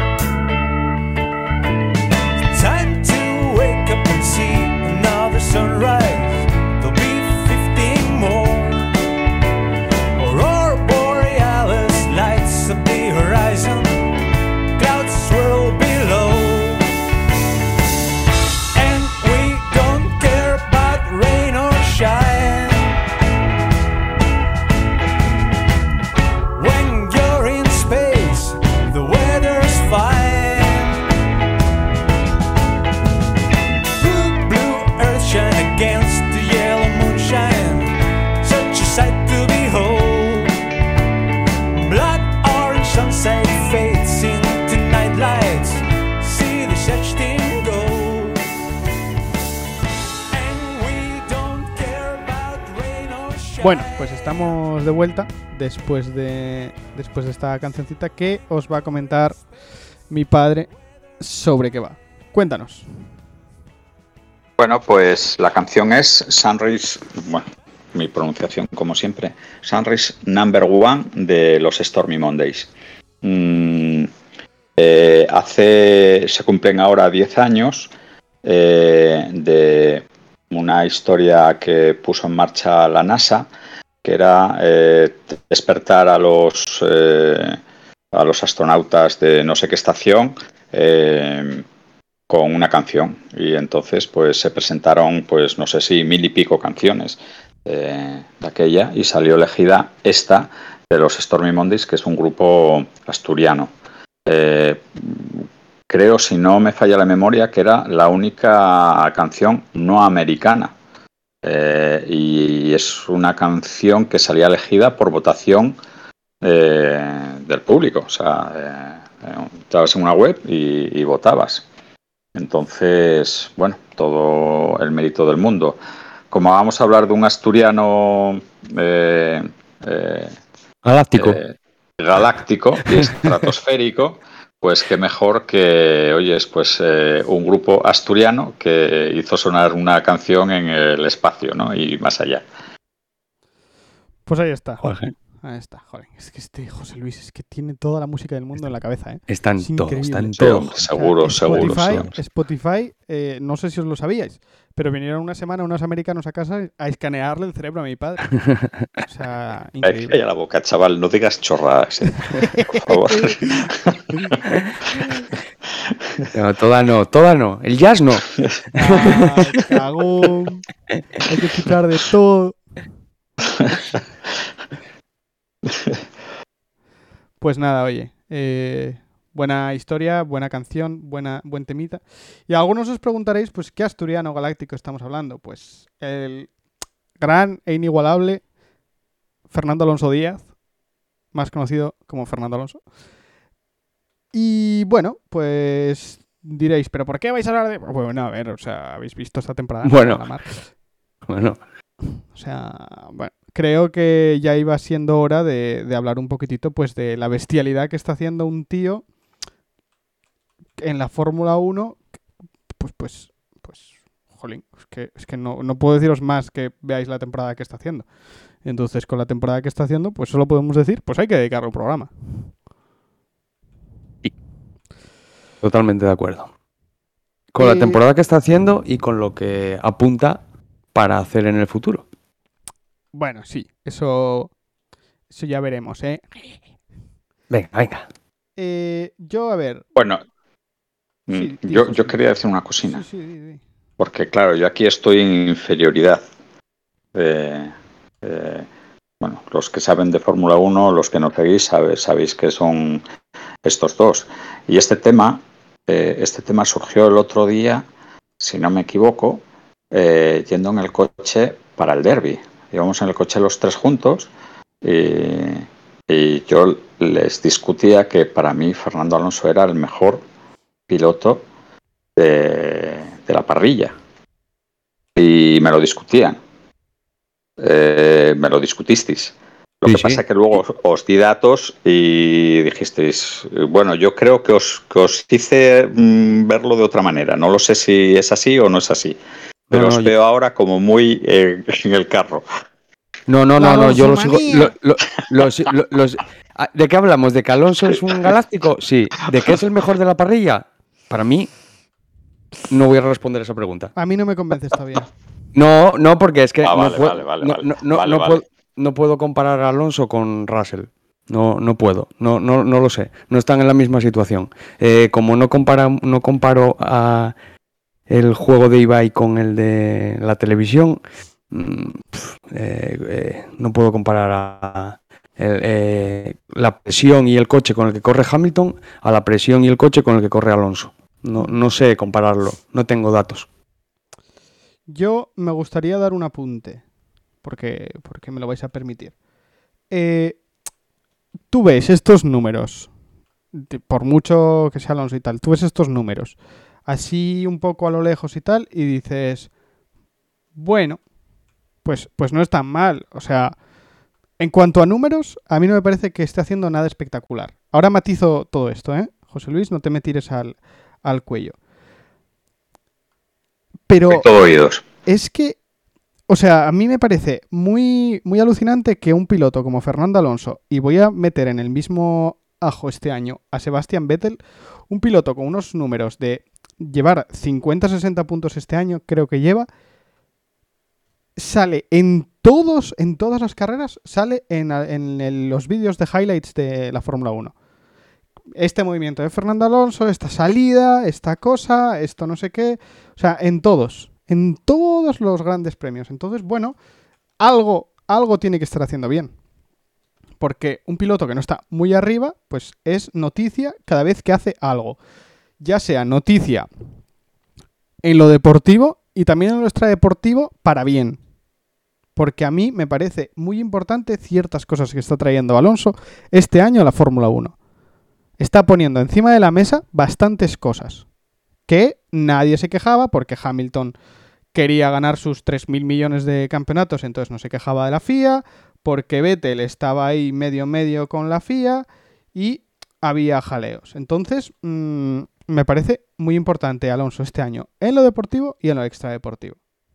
Time to wake up and see another sunrise. There'll be fifteen more. Aurora borealis lights up the horizon. Clouds swirl below. And we don't care about rain or shine. When you're in space, the weather's fine. Blue, blue earth shine against the yellow moonshine. Such a sight to behold. Blood orange sunset fades into night lights. See the such thing go. And we don't care about rain or shine. Bueno, pues estamos de vuelta después de después de esta cancioncita que os va a comentar mi padre sobre qué va. Cuéntanos. Bueno, pues la canción es Sunrise, bueno, mi pronunciación como siempre, Sunrise Number One de los Stormy Mondays. Mm, eh, hace, se cumplen ahora diez años eh, de una historia que puso en marcha la NASA, que era eh, despertar a los eh, a los astronautas de no sé qué estación eh, con una canción, y entonces pues se presentaron pues no sé si mil y pico canciones eh, de aquella, y salió elegida esta de los Stormy Mondays, que es un grupo asturiano. Eh, creo, si no me falla la memoria, que era la única canción no americana. Eh, y es una canción que salía elegida por votación eh, del público. O sea, eh, estabas en una web y, y votabas. Entonces, bueno, todo el mérito del mundo. Como vamos a hablar de un asturiano eh, eh, Galáctico. eh, galáctico y estratosférico, pues qué mejor que, oyes, pues eh, un grupo asturiano que hizo sonar una canción en el espacio, ¿no? Y más allá. Pues ahí está. Joder. Ahí está, joder. Es que este José Luis es que tiene toda la música del mundo en la cabeza, ¿eh? Está en Es todo, increíble. está en Sí, todo. hombre, seguro, O sea, seguro, Spotify, seguro. Spotify eh, no sé si os lo sabíais, pero vinieron una semana unos americanos a casa a escanearle el cerebro a mi padre. O sea, increíble. Calla la boca, chaval, no digas chorradas, ¿eh? Por favor. No, toda no, toda no. El jazz no. Ah, cagón. Hay que escuchar de todo. Pues nada, oye. Eh, buena historia, buena canción, buena, buen temita. Y algunos os preguntaréis, pues, ¿qué asturiano galáctico estamos hablando? Pues el gran e inigualable Fernando Alonso Díaz, más conocido como Fernando Alonso. Y bueno, pues diréis, ¿pero por qué vais a hablar de...? Bueno, a ver, o sea, habéis visto esta temporada. Bueno. La mar. Bueno, O sea, bueno, creo que ya iba siendo hora de, de hablar un poquitito pues de la bestialidad que está haciendo un tío en la Fórmula uno. Pues, pues, pues, jolín, es que, es que no, no puedo deciros más que veáis la temporada que está haciendo. Entonces, con la temporada que está haciendo, pues solo podemos decir, pues hay que dedicarle un programa. totalmente de acuerdo. Con Eh, la temporada que está haciendo y con lo que apunta para hacer en el futuro. Bueno, sí, eso, eso ya veremos, ¿eh? Venga, venga. Eh, yo, a ver... Bueno, mm, Sí, di, yo, José yo Luis. quería decir una cosina, Sí, sí, di, di. porque claro, yo aquí estoy en inferioridad. Eh, eh, bueno, los que saben de Fórmula uno, los que no seguís, sabe- sabéis que son estos dos. Y este tema, eh, este tema surgió el otro día, si no me equivoco, eh, yendo en el coche para el derby. Íbamos en el coche los tres juntos y, y yo les discutía que para mí Fernando Alonso era el mejor piloto de, de la parrilla. Y me lo discutían. Eh, me lo discutisteis. Lo Sí, que sí. pasa es que luego os, os di datos y dijisteis, bueno, yo creo que os, que os hice mm, verlo de otra manera. No lo sé si es así o no es así. Pero No, no, os yo- veo ahora como muy eh, en el carro. No, no, La no, no, yo lo sigo. Alonsomanía. Lo, lo- lo si- lo- los- ah, ¿De qué hablamos? ¿De que Alonso es un galáctico? Sí. ¿De que es el mejor de la parrilla? Para mí, no voy a responder esa pregunta. A mí no me convences todavía. No, no, porque es que Ah, no, vale, puedo, vale, vale, no, vale. no, no, Vale, no vale. puedo, no puedo comparar a Alonso con Russell. No, no puedo. No, no, no lo sé. No están en la misma situación. Eh, como no compara, no comparo a el juego de Ibai con el de la televisión, mm, pf, eh, eh, no puedo comparar a el, eh, la presión y el coche con el que corre Hamilton a la presión y el coche con el que corre Alonso. No, no sé compararlo. No tengo datos. Yo me gustaría dar un apunte, porque, porque me lo vais a permitir. Eh, tú ves estos números, de- por mucho que sea Alonso y tal, tú ves estos números, así un poco a lo lejos y tal, y dices, bueno, pues, pues no es tan mal. O sea, en cuanto a números, a mí no me parece que esté haciendo nada espectacular. Ahora matizo todo esto, ¿eh? José Luis, no te me tires al, al cuello. Pero... Soy todo oídos. Es que, o sea, a mí me parece muy, muy alucinante que un piloto como Fernando Alonso, y voy a meter en el mismo ajo este año a Sebastian Vettel, un piloto con unos números de llevar cincuenta a sesenta puntos este año, creo que lleva, sale en todos, en todas las carreras, sale en, en el- los vídeos de highlights de la Fórmula uno. Este movimiento de Fernando Alonso, esta salida, esta cosa, esto no sé qué, o sea, en todos. En todos los grandes premios. Entonces, bueno, algo, algo tiene que estar haciendo bien. Porque un piloto que no está muy arriba, pues es noticia cada vez que hace algo. Ya sea noticia en lo deportivo y también en lo extradeportivo para bien. Porque a mí me parece muy importante ciertas cosas que está trayendo Alonso este año a la Fórmula uno. Está poniendo encima de la mesa bastantes cosas que nadie se quejaba porque Hamilton quería ganar sus tres mil millones de campeonatos, entonces no se quejaba de la F I A, porque Vettel estaba ahí medio medio con la F I A y había jaleos. Entonces, mmm, me parece muy importante Alonso este año en lo deportivo y en lo extradeportivo.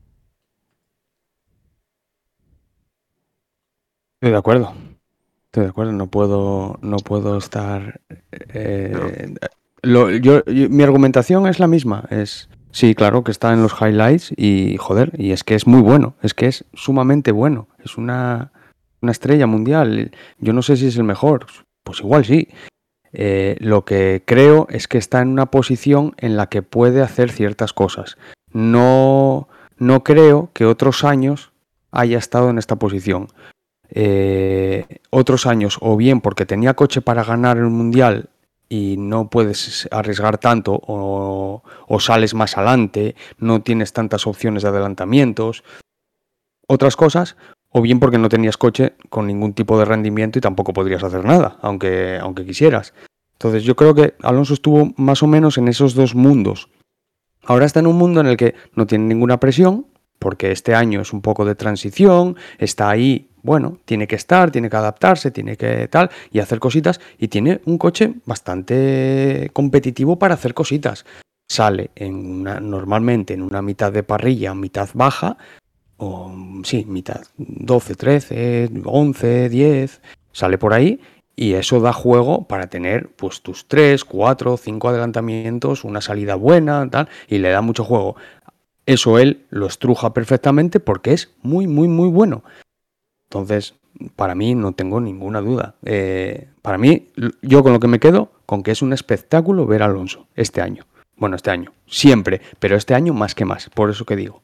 Estoy de acuerdo. Estoy de acuerdo. No puedo, no puedo estar. eh, lo- yo, yo- mi argumentación es la misma. Es sí, claro que está en los highlights y joder, y es que es muy bueno. Es que es sumamente bueno. Es una, una estrella mundial. Yo no sé si es el mejor. Pues igual sí. Eh, lo que creo es que está en una posición en la que puede hacer ciertas cosas. No, no creo que otros años haya estado en esta posición. Eh, otros años, o bien porque tenía coche para ganar el mundial y no puedes arriesgar tanto, o, o sales más adelante, no tienes tantas opciones de adelantamientos, otras cosas, o bien porque no tenías coche con ningún tipo de rendimiento y tampoco podrías hacer nada, aunque, aunque quisieras. Entonces yo creo que Alonso estuvo más o menos en esos dos mundos. Ahora está en un mundo en el que no tiene ninguna presión, porque este año es un poco de transición, está ahí, bueno, tiene que estar, tiene que adaptarse, tiene que tal, y hacer cositas, y tiene un coche bastante competitivo para hacer cositas. Sale en una, normalmente en una mitad de parrilla, mitad baja, o sí, mitad, doce, trece, once, diez, sale por ahí, y eso da juego para tener pues tus tres, cuatro, cinco adelantamientos, una salida buena, tal, y le da mucho juego. Eso él lo estruja perfectamente porque es muy, muy, muy bueno. Entonces, para mí no tengo ninguna duda. Eh, para mí, yo con lo que me quedo, con que es un espectáculo ver a Alonso este año. Bueno, este año, siempre, pero este año más que más, por eso que digo.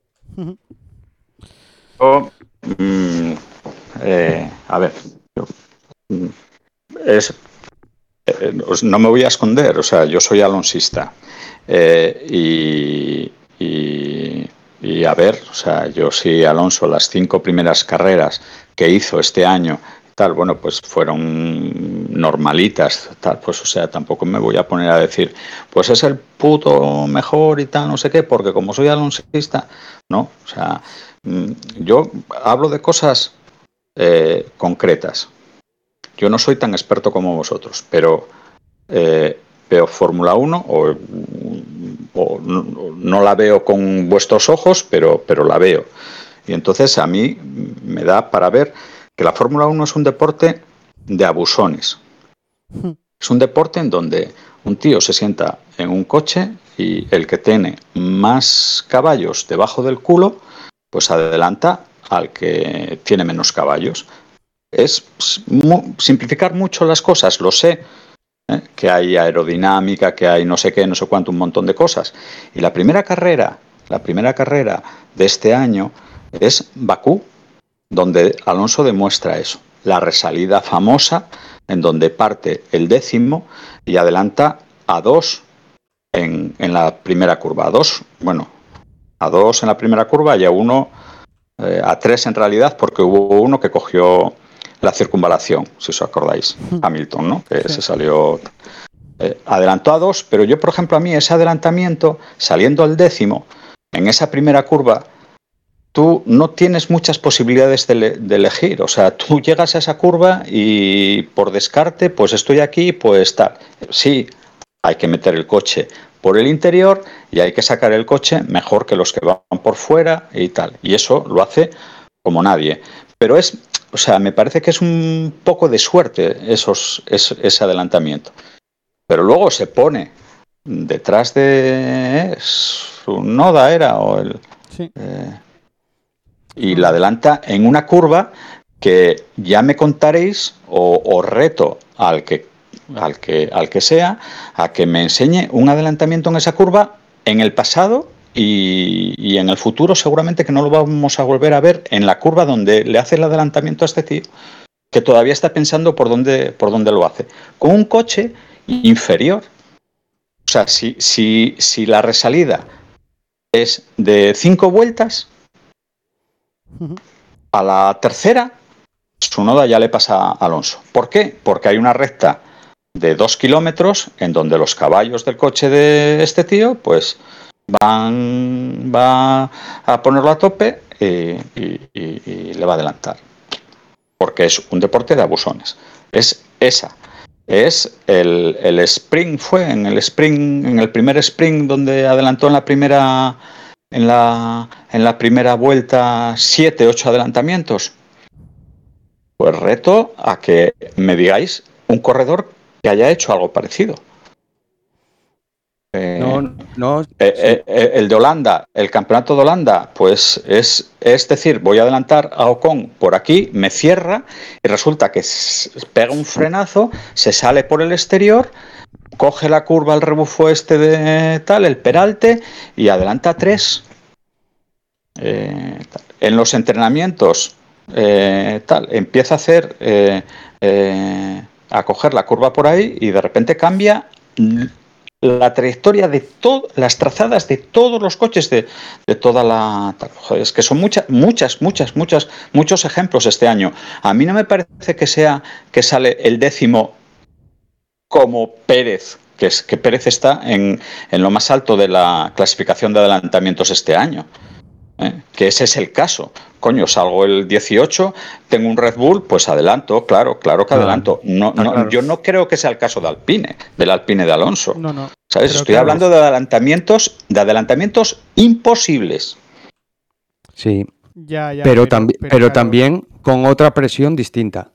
Yo, mm, eh, a ver, yo, mm, es, eh, no me voy a esconder, o sea, yo soy alonsista. Eh, y, y, y a ver, o sea, yo sí, Alonso, las cinco primeras carreras que hizo este año, tal, bueno, pues fueron normalitas, tal, pues o sea, tampoco me voy a poner a decir, pues es el puto mejor y tal, no sé qué, porque como soy alonsista, no, o sea, yo hablo de cosas eh, concretas. Yo no soy tan experto como vosotros, pero eh, veo Fórmula uno o, o no, no la veo con vuestros ojos, pero, pero la veo. Y entonces a mí me da para ver que la Fórmula uno es un deporte de abusones. Es un deporte en donde un tío se sienta en un coche y el que tiene más caballos debajo del culo, pues adelanta al que tiene menos caballos. Es mu- simplificar mucho las cosas, lo sé, ¿eh? Que hay aerodinámica, que hay no sé qué, no sé cuánto, un montón de cosas. Y la primera carrera, la primera carrera de este año es Bakú, donde Alonso demuestra eso. La resalida famosa, en donde parte el décimo y adelanta a dos en, en la primera curva. A dos, bueno, a dos en la primera curva y a uno, eh, a tres en realidad, porque hubo uno que cogió la circunvalación, si os acordáis, Hamilton, ¿no? Que Sí. se salió... Eh, adelantó a dos, pero yo, por ejemplo, a mí ese adelantamiento, saliendo al décimo, en esa primera curva, tú no tienes muchas posibilidades de, de elegir. O sea, tú llegas a esa curva y por descarte, pues estoy aquí, pues tal. Sí, hay que meter el coche por el interior y hay que sacar el coche mejor que los que van por fuera y tal. Y eso lo hace como nadie. Pero es, o sea, me parece que es un poco de suerte esos, es, ese adelantamiento. Pero luego se pone detrás de su Noda, era, o el... Sí. Eh, y la adelanta en una curva que ya me contaréis o os reto al que, al, que, al que sea a que me enseñe un adelantamiento en esa curva en el pasado y, y en el futuro seguramente que no lo vamos a volver a ver en la curva donde le hace el adelantamiento a este tío que todavía está pensando por dónde, por dónde lo hace. Con un coche inferior. O sea, si, si, si la resalida es de cinco vueltas, a la tercera, su Noda ya le pasa a Alonso. ¿Por qué? Porque hay una recta de dos kilómetros en donde los caballos del coche de este tío, pues van va a ponerlo a tope y, y, y, y le va a adelantar. Porque es un deporte de abusones. Es esa. Es el, el sprint, fue en el sprint, en el primer sprint donde adelantó en la primera en la, en la primera vuelta siete, ocho adelantamientos. Pues reto a que me digáis un corredor que haya hecho algo parecido. Eh, No, no, eh, sí. eh, eh, el de Holanda, el campeonato de Holanda, pues es, es decir, voy a adelantar a Ocon por aquí, me cierra y resulta que pega un frenazo, se sale por el exterior, coge la curva, el rebufo este de tal, el peralte y adelanta tres. Eh, en los entrenamientos, eh, tal, empieza a hacer, eh, eh, a coger la curva por ahí y de repente cambia la trayectoria de todas las trazadas de todos los coches de, de toda la... Joder, es que son muchas, muchas, muchas, muchas, muchos ejemplos este año. A mí no me parece que sea que sale el décimo como Pérez, que es que Pérez está en, en lo más alto de la clasificación de adelantamientos este año. ¿Eh? Que ese es el caso. Coño, salgo el dieciocho, tengo un Red Bull, pues adelanto, claro, claro que Claro, adelanto. No, está no, claro. yo no creo que sea el caso de Alpine, del Alpine de Alonso. No, no. ¿Sabes? Pero Estoy claro, hablando de adelantamientos, de adelantamientos imposibles. Sí, Ya, ya. pero, pero, tambi- pero pero claro, también con otra presión distinta.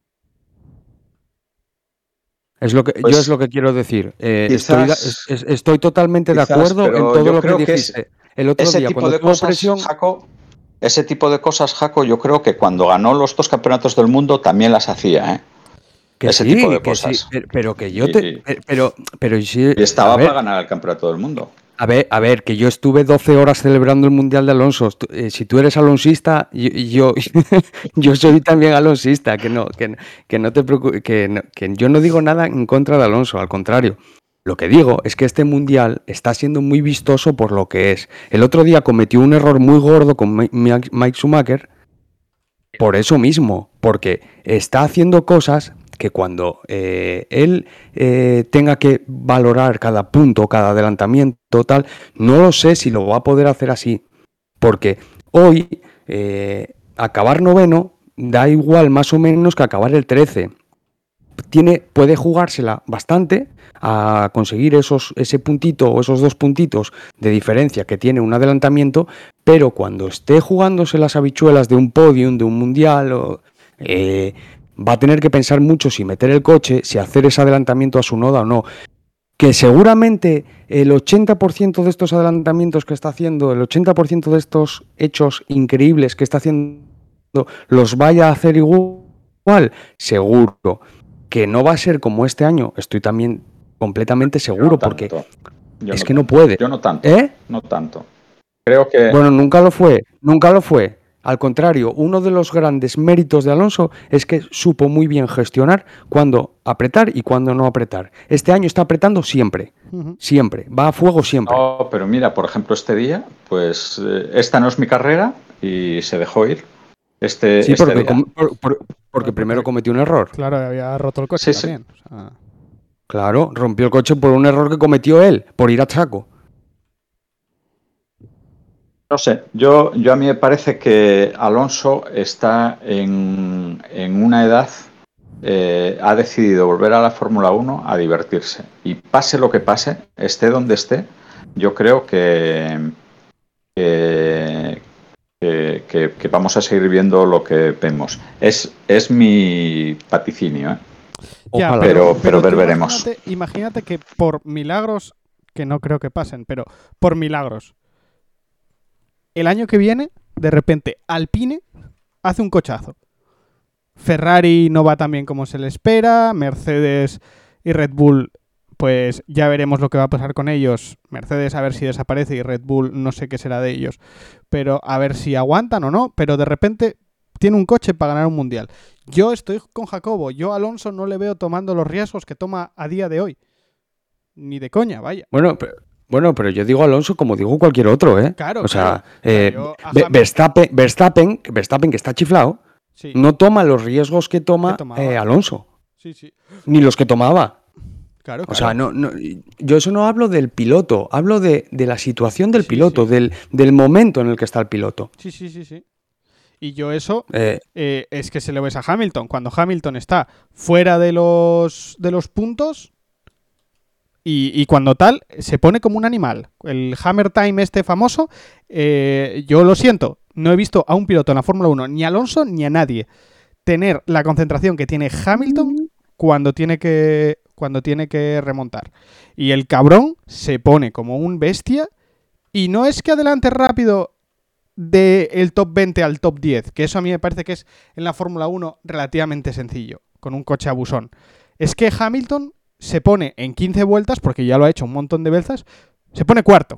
Es lo que, yo Pues es lo que quiero decir. Eh, estoy, da- es- quizás, es- estoy totalmente de quizás, acuerdo en pero todo yo lo que creo que es dijiste el otro ese día. tipo Cuando de tuvo cosas, presión, Jaco, ese tipo de cosas, Jaco, yo creo que cuando ganó los dos campeonatos del mundo también las hacía, ¿eh? que Ese tipo sí, de que sí, cosas. pero, pero que yo Y, te... y- pe- Pero, pero sí, y a estaba para ver, ganar el campeonato del mundo. a ver, a ver, que yo estuve doce horas celebrando el Mundial de Alonso. Tú- eh, si tú eres alonsista, yo, yo, yo soy también alonsista, que no, que, no- que no te preocupes, que, no- que yo no digo nada en contra de Alonso, al contrario. Lo que digo es que este Mundial está siendo muy vistoso por lo que es. El otro día cometió un error muy gordo con Mi- Mi- Mike Schumacher por eso mismo, porque está haciendo cosas que cuando eh, él eh, tenga que valorar cada punto, cada adelantamiento, tal, no lo sé si lo va a poder hacer así. Porque hoy eh, acabar noveno da igual más o menos que acabar el trece. Tiene, puede jugársela bastante a conseguir esos, ese puntito o esos dos puntitos de diferencia que tiene un adelantamiento, pero cuando esté jugándose las habichuelas de un podium, de un mundial, o, eh, va a tener que pensar mucho si meter el coche, si hacer ese adelantamiento a su noda o no. Que seguramente el ochenta por ciento de estos adelantamientos que está haciendo, el ochenta por ciento de estos hechos increíbles que está haciendo, los vaya a hacer igual, seguro. Que no va a ser como este año, estoy también completamente Yo seguro, no porque tanto. Yo es no que no tanto. puede. Yo no tanto. ¿Eh? No tanto. Creo que Bueno, nunca lo fue, nunca lo fue. Al contrario, uno de los grandes méritos de Alonso es que supo muy bien gestionar cuándo apretar y cuándo no apretar. Este año está apretando siempre, Ujú. siempre, va a fuego siempre. no, pero mira, por ejemplo, este día, pues eh, esta no es mi carrera y se dejó ir. Este, Sí, este porque, día. com- por- por- porque Bueno, primero porque- cometió un error. Claro, había roto el coche Sí, sí. también. O sea, Claro, rompió el coche por un error que cometió él, por ir a saco. No sé, yo, yo a mí me parece que Alonso está en, en una edad, eh, ha decidido volver a la Fórmula uno a divertirse. Y pase lo que pase, esté donde esté, yo creo que, que, que- que- que vamos a seguir viendo lo que vemos. Es, es mi vaticinio, ¿eh? ya, Ojalá. Pero- pero tú ver- veremos. Imagínate, imagínate que por milagros, que no creo que pasen, pero por milagros, el año que viene, de repente, Alpine hace un cochazo. Ferrari no va tan bien como se le espera, Mercedes y Red Bull, pues ya veremos lo que va a pasar con ellos. Mercedes a ver si desaparece y Red Bull no sé qué será de ellos, pero a ver si aguantan o no, pero de repente tiene un coche para ganar un mundial. Yo estoy con Jacobo, yo a Alonso no le veo tomando los riesgos que toma a día de hoy. Ni de coña, vaya. Bueno, pero, bueno, pero yo digo Alonso como digo cualquier otro, ¿eh? Claro, o sea, claro. eh, Yo a Ve- Hamilton- Verstappen, Verstappen, Verstappen, que está chiflado, Sí, no toma los riesgos que toma Que tomaba. eh, Alonso, sí, sí. ni los que tomaba. Claro, O claro. sea, no, no, yo eso no hablo del piloto, hablo de, de la situación del Sí, piloto, sí. Del, del momento en el que está el piloto. Sí, sí, sí, sí. Y yo eso Eh, eh, es que se lo ves a Hamilton. Cuando Hamilton está fuera de los, de los puntos y, y cuando tal, se pone como un animal. El Hammer Time este famoso, eh, yo lo siento, no he visto a un piloto en la Fórmula uno, ni a Alonso ni a nadie, tener la concentración que tiene Hamilton cuando tiene que, cuando tiene que remontar. Y el cabrón se pone como un bestia y no es que adelante rápido del top veinte al top diez, que eso a mí me parece que es en la Fórmula uno relativamente sencillo, con un coche abusón. Es que Hamilton se pone en quince vueltas, porque ya lo ha hecho un montón de veces, se pone cuarto.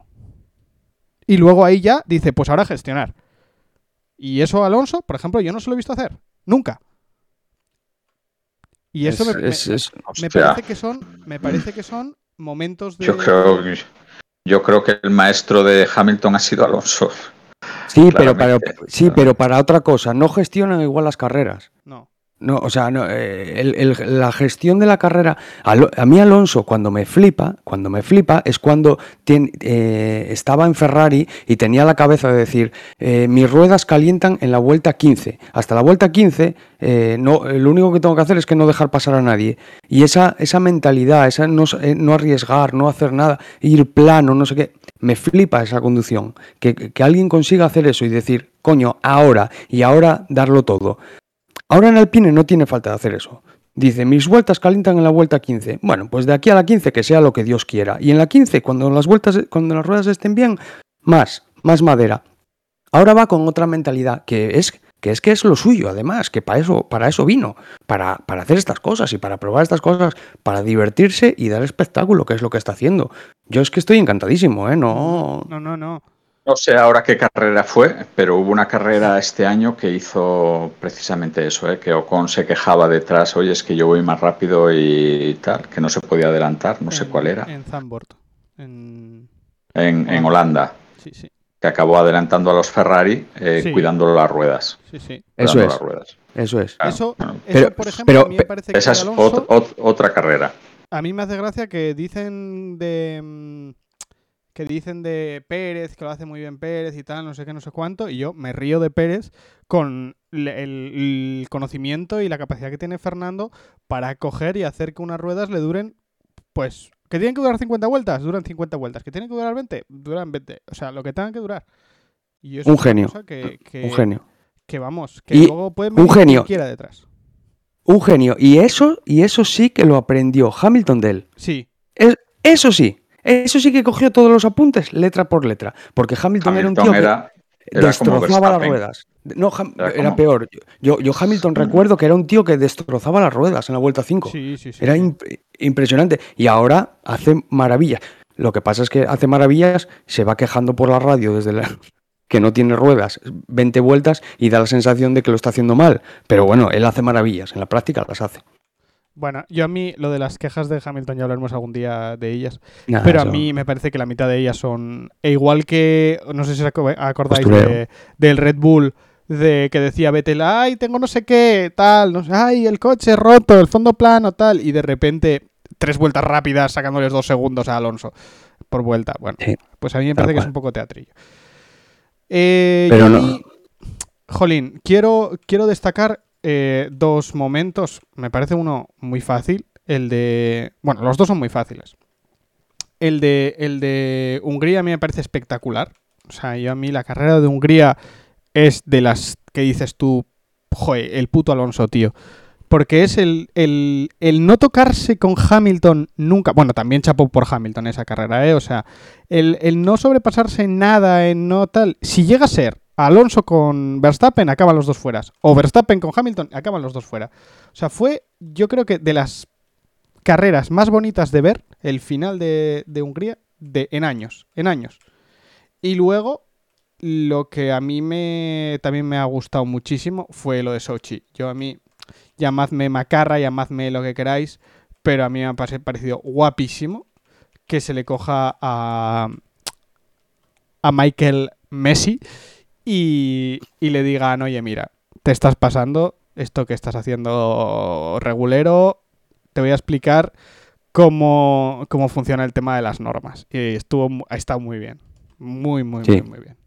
Y luego ahí ya dice, pues ahora gestionar. Y eso Alonso, por ejemplo, yo no se lo he visto hacer. Nunca. Y eso es- me, me- es- es- me Hostia. parece que son, me parece que son momentos de... Yo creo, yo creo que el maestro de Hamilton ha sido Alonso. Sí, pero para, Claramente, sí, pero claramente. para otra cosa. No gestionan igual las carreras. No. No, o sea, no, eh, el- el- la gestión de la carrera, Alo- a mí Alonso cuando me flipa, cuando me flipa es cuando tien- eh, estaba en Ferrari y tenía la cabeza de decir, eh, mis ruedas calientan en la vuelta quince, hasta la vuelta quince, eh, no, eh, lo único que tengo que hacer es que no dejar pasar a nadie. Y esa, esa mentalidad, esa no, s- eh, no arriesgar, no hacer nada, ir plano, no sé qué, me flipa esa conducción, que, que alguien consiga hacer eso y decir, coño, ahora, y ahora darlo todo. Ahora en Alpine no tiene falta de hacer eso. Dice, mis vueltas calientan en la vuelta quince. Bueno, pues de aquí a la quince que sea lo que Dios quiera. Y en la quince, cuando las vueltas, cuando las ruedas estén bien, más, más madera. Ahora va con otra mentalidad, que es que es, que es lo suyo, además, que para eso, para eso vino, para, para hacer estas cosas y para probar estas cosas, para divertirse y dar espectáculo, que es lo que está haciendo. Yo es que estoy encantadísimo, ¿eh? No... No, no, no. No sé ahora qué carrera fue, pero hubo una carrera este año que hizo precisamente eso, ¿eh? Que Ocon se quejaba detrás, oye, es que yo voy más rápido y tal, que no se podía adelantar, no sé cuál En, era, en Zandvoort. En en, en Holanda. Holanda, Sí, sí. que acabó adelantando a los Ferrari eh, Sí. cuidando las ruedas. Sí, sí. Eso Cuidando es, las ruedas. eso es. Claro, Eso, bueno, eso Pero- por ejemplo, pero- a mí me pe- parece que esa es Alonso... ot- ot- otra carrera. A mí me hace gracia que dicen de... mm, que dicen de Pérez, que lo hace muy bien Pérez y tal, no sé qué, no sé cuánto, y yo me río de Pérez con le- el, el conocimiento y la capacidad que tiene Fernando para coger y hacer que unas ruedas le duren, pues, que tienen que durar cincuenta vueltas, duran cincuenta vueltas, que tienen que durar veinte, duran veinte, o sea, lo que tengan que durar. Y eso Un es una genio, cosa que, que, un genio. que vamos, que Y luego pueden un venir quien genio. quiera detrás. Un genio. Y eso, y eso sí que lo aprendió Hamilton de él. Sí, Es- eso sí. Eso sí que cogió todos los apuntes, letra por letra. Porque Hamilton, era un Hamilton tío que era, era como destrozaba las Verstappen. ruedas. No, Ham- Era era como- peor. Yo, yo Hamilton Mm. recuerdo que era un tío que destrozaba las ruedas en la vuelta cinco. sí, sí, sí. Era sí. imp- impresionante. Y ahora hace maravillas. Lo que pasa es que hace maravillas, se va quejando por la radio desde la... que no tiene ruedas, veinte vueltas y da la sensación de que lo está haciendo mal. Pero bueno, él hace maravillas, en la práctica las hace. Bueno, yo a mí lo de las quejas de Hamilton ya hablaremos algún día de ellas. Nah, Pero a eso- mí me parece que la mitad de ellas son... E igual que, no sé si os aco- acordáis Postureo. de, del Red Bull, de que decía Vettel, ay, tengo no sé qué, tal, no sé, ay, el coche roto, el fondo plano, tal, y de repente tres vueltas rápidas sacándoles dos segundos a Alonso por vuelta. Bueno, Sí, pues a mí me tal parece que es cual. un poco teatrillo. Eh, Pero yo no- ahí- Jolín, quiero, quiero destacar eh, dos momentos. Me parece uno muy fácil. El de... Bueno, los dos son muy fáciles. El de, el de Hungría a mí me parece espectacular. O sea, yo a mí la carrera de Hungría es de las que dices tú, joder, el puto Alonso, tío. Porque es el, el, el no tocarse con Hamilton nunca. Bueno, también chapó por Hamilton esa carrera, ¿eh? O sea, el, el no sobrepasarse en nada, en no tal. Si llega a ser Alonso con Verstappen, acaban los dos fuera. O Verstappen con Hamilton, acaban los dos fuera. O sea, fue, yo creo que de las carreras más bonitas de ver, el final de, de Hungría, de, en años. En años. Y luego, lo que a mí me también me ha gustado muchísimo fue lo de Sochi. Yo a mí, llamadme macarra, llamadme lo que queráis, pero a mí me ha pare- parecido guapísimo que se le coja a, a Michael Messi y, y le digan, oye, mira, te estás pasando, esto que estás haciendo regulero, te voy a explicar cómo, cómo funciona el tema de las normas. Y estuvo, mu- ha estado muy bien. Muy, muy, Sí. muy, muy bien.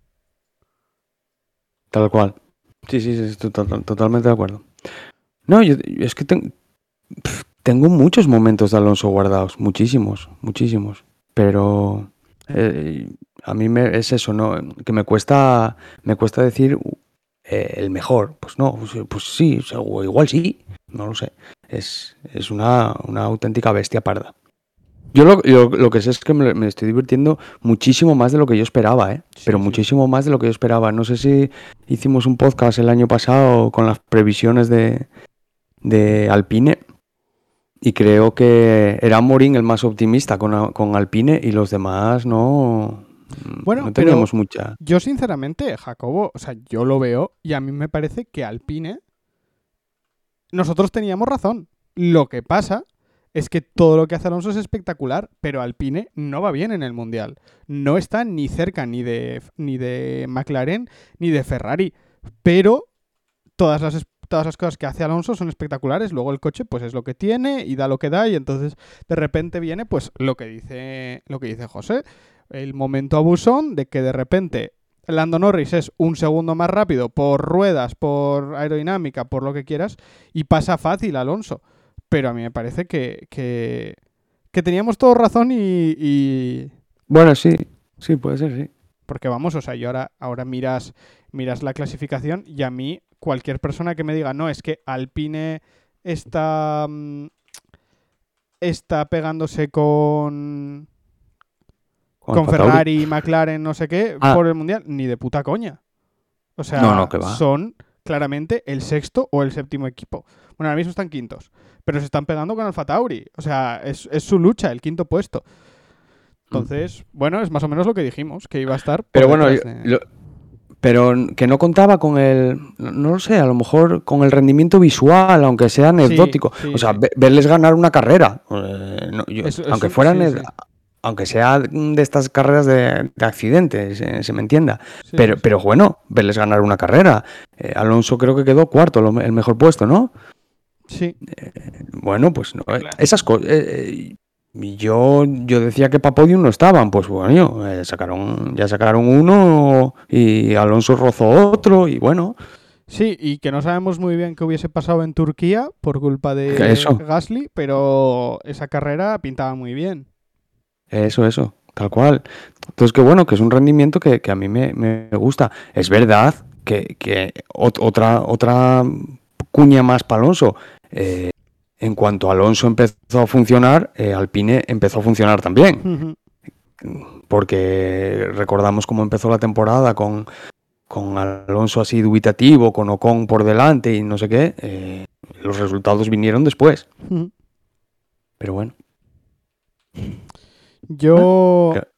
Tal cual. Sí, sí, sí, estoy to- totalmente de acuerdo. No, yo, yo es que ten- pf, tengo muchos momentos de Alonso guardados, muchísimos, muchísimos. Pero eh, a mí me, es eso, ¿no? Que me cuesta, me cuesta decir eh, el mejor. Pues no, pues, pues sí, o sea, o igual sí, no lo sé. Es, es una, una auténtica bestia parda. Yo lo, yo lo que sé es que me, me estoy divirtiendo muchísimo más de lo que yo esperaba, ¿eh? Sí, Pero sí, muchísimo más de lo que yo esperaba. No sé si hicimos un podcast el año pasado con las previsiones de, de Alpine y creo que era Morín el más optimista con, con Alpine y los demás no, Bueno, no pero- teníamos mucha... Yo, sinceramente, Jacobo, o sea, yo lo veo y a mí me parece que Alpine nosotros teníamos razón. Lo que pasa es que todo lo que hace Alonso es espectacular, pero Alpine no va bien en el Mundial. No está ni cerca ni de, ni de McLaren ni de Ferrari, pero todas las, todas las cosas que hace Alonso son espectaculares. Luego el coche pues es lo que tiene y da lo que da, y entonces de repente viene pues lo que dice, lo que dice José, el momento abusón de que de repente Lando Norris es un segundo más rápido por ruedas, por aerodinámica, por lo que quieras, y pasa fácil a Alonso. Pero a mí me parece que, que, que teníamos todo razón y, y... Bueno, sí, sí, puede ser, sí. Porque vamos, o sea, yo ahora, ahora miras, miras la clasificación y a mí cualquier persona que me diga, no, es que Alpine está, mm, está pegándose con, Con con Alfa Tauri. Ferrari y McLaren, no sé qué, Ah. por el Mundial, ni de puta coña. O sea, No, no, que va. son claramente el sexto o el séptimo equipo. Bueno, ahora mismo están quintos, pero se están pegando con Alfa Tauri. O sea, es, es su lucha, el quinto puesto. Entonces, bueno, es más o menos lo que dijimos, que iba a estar por Pero bueno, detrás de- lo- pero que no contaba con el, no no lo sé, a lo mejor con el rendimiento visual, aunque sea anecdótico. sí, O sea, sí. ve- verles ganar una carrera. eh, no, yo- Eso- aunque eso- fueran, sí, el- sí. aunque sea de estas carreras de, de accidentes, eh, se me entienda. Sí, pero, sí. pero bueno, verles ganar una carrera. Eh, Alonso creo que quedó cuarto, lo me- el mejor puesto, ¿no? Sí, Bueno, pues no, eh, esas cosas. Yo, yo decía que para podium no estaban, pues bueno, eh, sacaron, ya sacaron uno y Alonso rozó otro y bueno, sí, y que no sabemos muy bien qué hubiese pasado en Turquía por culpa de Que eso. Gasly, pero esa carrera pintaba muy bien. eso, eso, tal cual. Entonces que bueno, que es un rendimiento que, que a mí me, me gusta. Es verdad que, que ot- otra, otra cuña más para Alonso. eh, en cuanto Alonso empezó a funcionar, eh, Alpine empezó a funcionar también. Ujú. Porque recordamos cómo empezó la temporada con, con Alonso así dubitativo, con Ocon por delante y no sé qué. eh, los resultados vinieron después. Ujú. Pero bueno, Yo... que-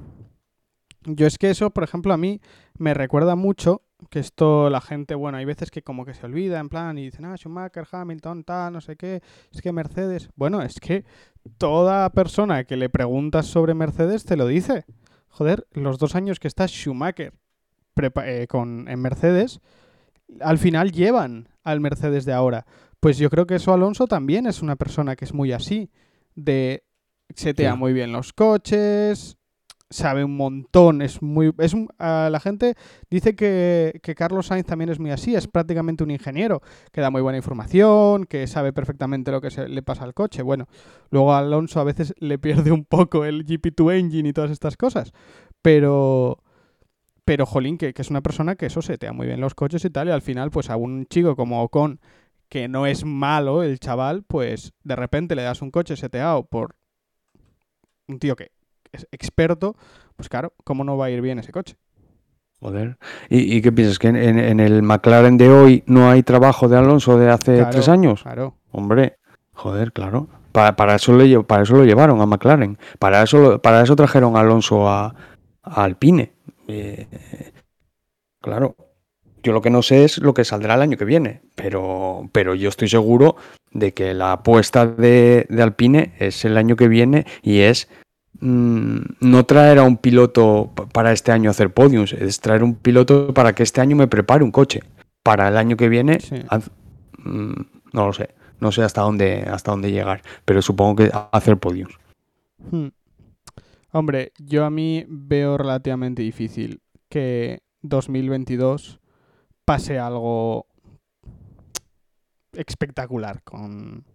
Yo es que eso, por ejemplo, a mí me recuerda mucho que esto la gente, bueno, hay veces que como que se olvida en plan y dicen, ah, Schumacher, Hamilton, tal, no sé qué, es que Mercedes... Bueno, es que toda persona que le preguntas sobre Mercedes te lo dice. Joder, los dos años que está Schumacher prepa- eh, con, en Mercedes, al final llevan al Mercedes de ahora. Pues yo creo que eso Alonso también es una persona que es muy así, de setea Ya. muy bien los coches, sabe un montón, es muy... es un- a la gente dice que, que Carlos Sainz también es muy así, es prácticamente un ingeniero, que da muy buena información, que sabe perfectamente lo que se le pasa al coche. Bueno, luego a Alonso a veces le pierde un poco el G P dos Engine y todas estas cosas, pero... Pero, jolín, que, que es una persona que eso setea muy bien los coches y tal, y al final, pues a un chico como Ocon, que no es malo el chaval, pues de repente le das un coche seteado por un tío que es experto, pues claro, ¿cómo no va a ir bien ese coche? joder. ¿Y, y qué piensas? ¿Que en, en- en el McLaren de hoy no hay trabajo de Alonso de hace Claro, tres años? Claro. Hombre, joder, claro. Pa- para, eso le, lle- para eso lo llevaron a McLaren. Para eso, lo- para eso trajeron a Alonso a, a Alpine. Eh, claro. Yo lo que no sé es lo que saldrá el año que viene, pero, pero yo estoy seguro de que la apuesta de, de Alpine es el año que viene y es mm, no traer a un piloto pa- para este año a hacer podiums, es traer un piloto para que este año me prepare un coche. Para el año que viene, Sí. haz- mm, no lo sé, no sé hasta dónde, hasta dónde llegar, pero supongo que a hacer podiums. Hmm. Hombre, yo a mí veo relativamente difícil que dos mil veintidós pase algo espectacular con,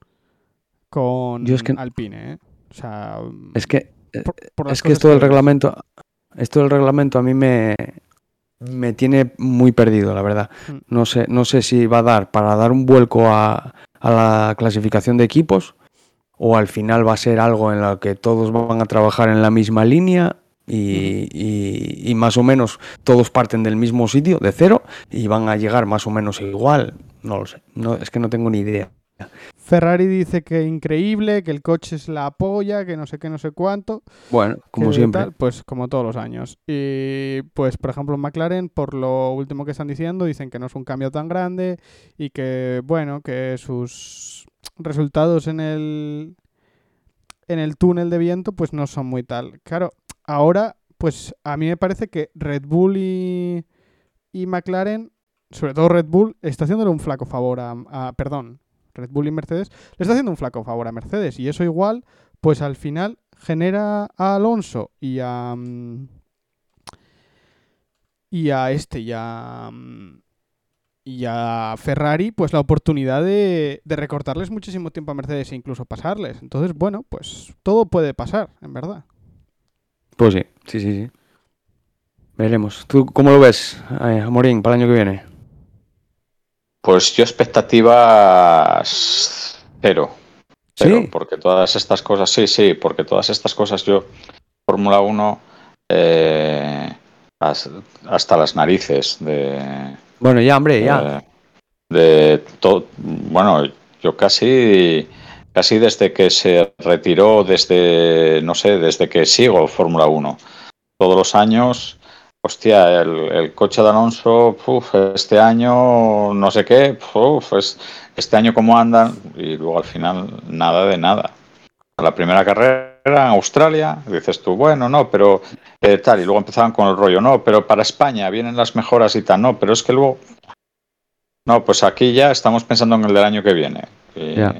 con Yo es que- Alpine, ¿eh? O sea, Es que por, por las Es que cosas esto del ves. reglamento, esto del reglamento a mí me, me tiene muy perdido, la verdad. Mm. No sé, no sé si va a dar para dar un vuelco a, a la clasificación de equipos o al final va a ser algo en lo que todos van a trabajar en la misma línea y, y- y más o menos todos parten del mismo sitio, de cero, y van a llegar más o menos igual. No lo sé, no, es que no tengo ni idea. Ferrari dice que increíble, que el coche es la polla, que no sé qué, no sé cuánto. Bueno, como que siempre. tal, pues como todos los años. Y pues, por ejemplo, en McLaren, por lo último que están diciendo, dicen que no es un cambio tan grande y que, bueno, que sus resultados en el en el túnel de viento pues no son muy tal. Claro, ahora pues a mí me parece que Red Bull y, y McLaren, sobre todo Red Bull, está haciéndole un flaco favor a, a- perdón, Red Bull y Mercedes le está haciendo un flaco favor a Mercedes, y eso igual pues al final genera a Alonso y a mm, y a este y a mm, y a Ferrari pues la oportunidad de, de recortarles muchísimo tiempo a Mercedes e incluso pasarles. Entonces, bueno, pues todo puede pasar, en verdad. Pues sí, sí, sí, sí. Veremos. ¿Tú cómo lo ves, eh, Amorín, para el año que viene? Pues yo expectativas cero, cero, ¿Sí? porque todas estas cosas, sí, sí, porque todas estas cosas yo, Fórmula uno, eh, has- hasta las narices de, Bueno, ya, hombre, ya. eh, de todo, bueno, yo casi, casi desde que se retiró, desde, no sé, desde que sigo Fórmula uno, todos los años, hostia, el, el coche de Alonso, uf, este año no sé qué, uf, es, este año cómo andan, y luego al final nada de nada. La primera carrera en Australia, dices tú, bueno, no, pero eh, tal, y luego empezaban con el rollo, no, pero para España vienen las mejoras y tal, no, pero es que luego, no, pues aquí ya estamos pensando en el del año que viene. Y, Ya.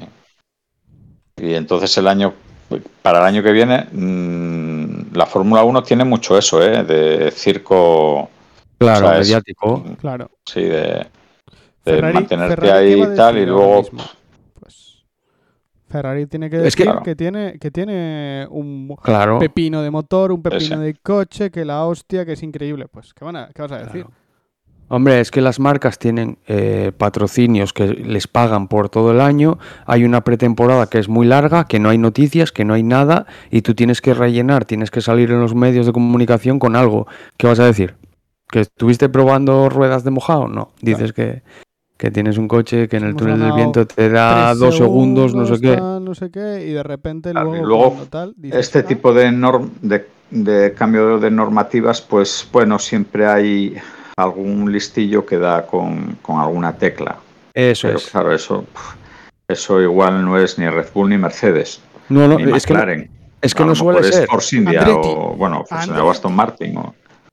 y entonces el año, para el año que viene, mmm, la Fórmula uno tiene mucho eso, ¿eh? De circo, o Claro, sea, es, mediático. Claro. sí, de, de Ferrari, mantenerte Ferrari, ¿qué ahí va a y tal, y decir ahora luego, mismo? Pues Ferrari tiene que Es que- decir Claro. que tiene que tiene un Claro. pepino de motor, un Sí, pepino sí. de coche, que la hostia, que es increíble. Pues, ¿qué, van a, qué vas a decir? Claro. Hombre, es que las marcas tienen eh, patrocinios que les pagan por todo el año, hay una pretemporada que es muy larga, que no hay noticias, que no hay nada, y tú tienes que rellenar, tienes que salir en los medios de comunicación con algo. ¿Qué vas a decir? ¿Que estuviste probando ruedas de mojado? No, dices que, que tienes un coche que en el Hemos túnel del ganado viento te da Tres dos segundos, no sé qué. tal, no sé qué, y de repente Claro, y luego, luego cuando tal, dices, este "Ah, tipo de, norm, de, de cambio de normativas, pues bueno, siempre hay algún listillo que da con, con alguna tecla. Eso Pero es. claro, eso, eso igual no es ni Red Bull ni Mercedes, No, no, ni es que no, McLaren. es que A lo no suele mejor es ser. Force India Andretti. o, bueno, Force India o Andretti. Aston Martin. O,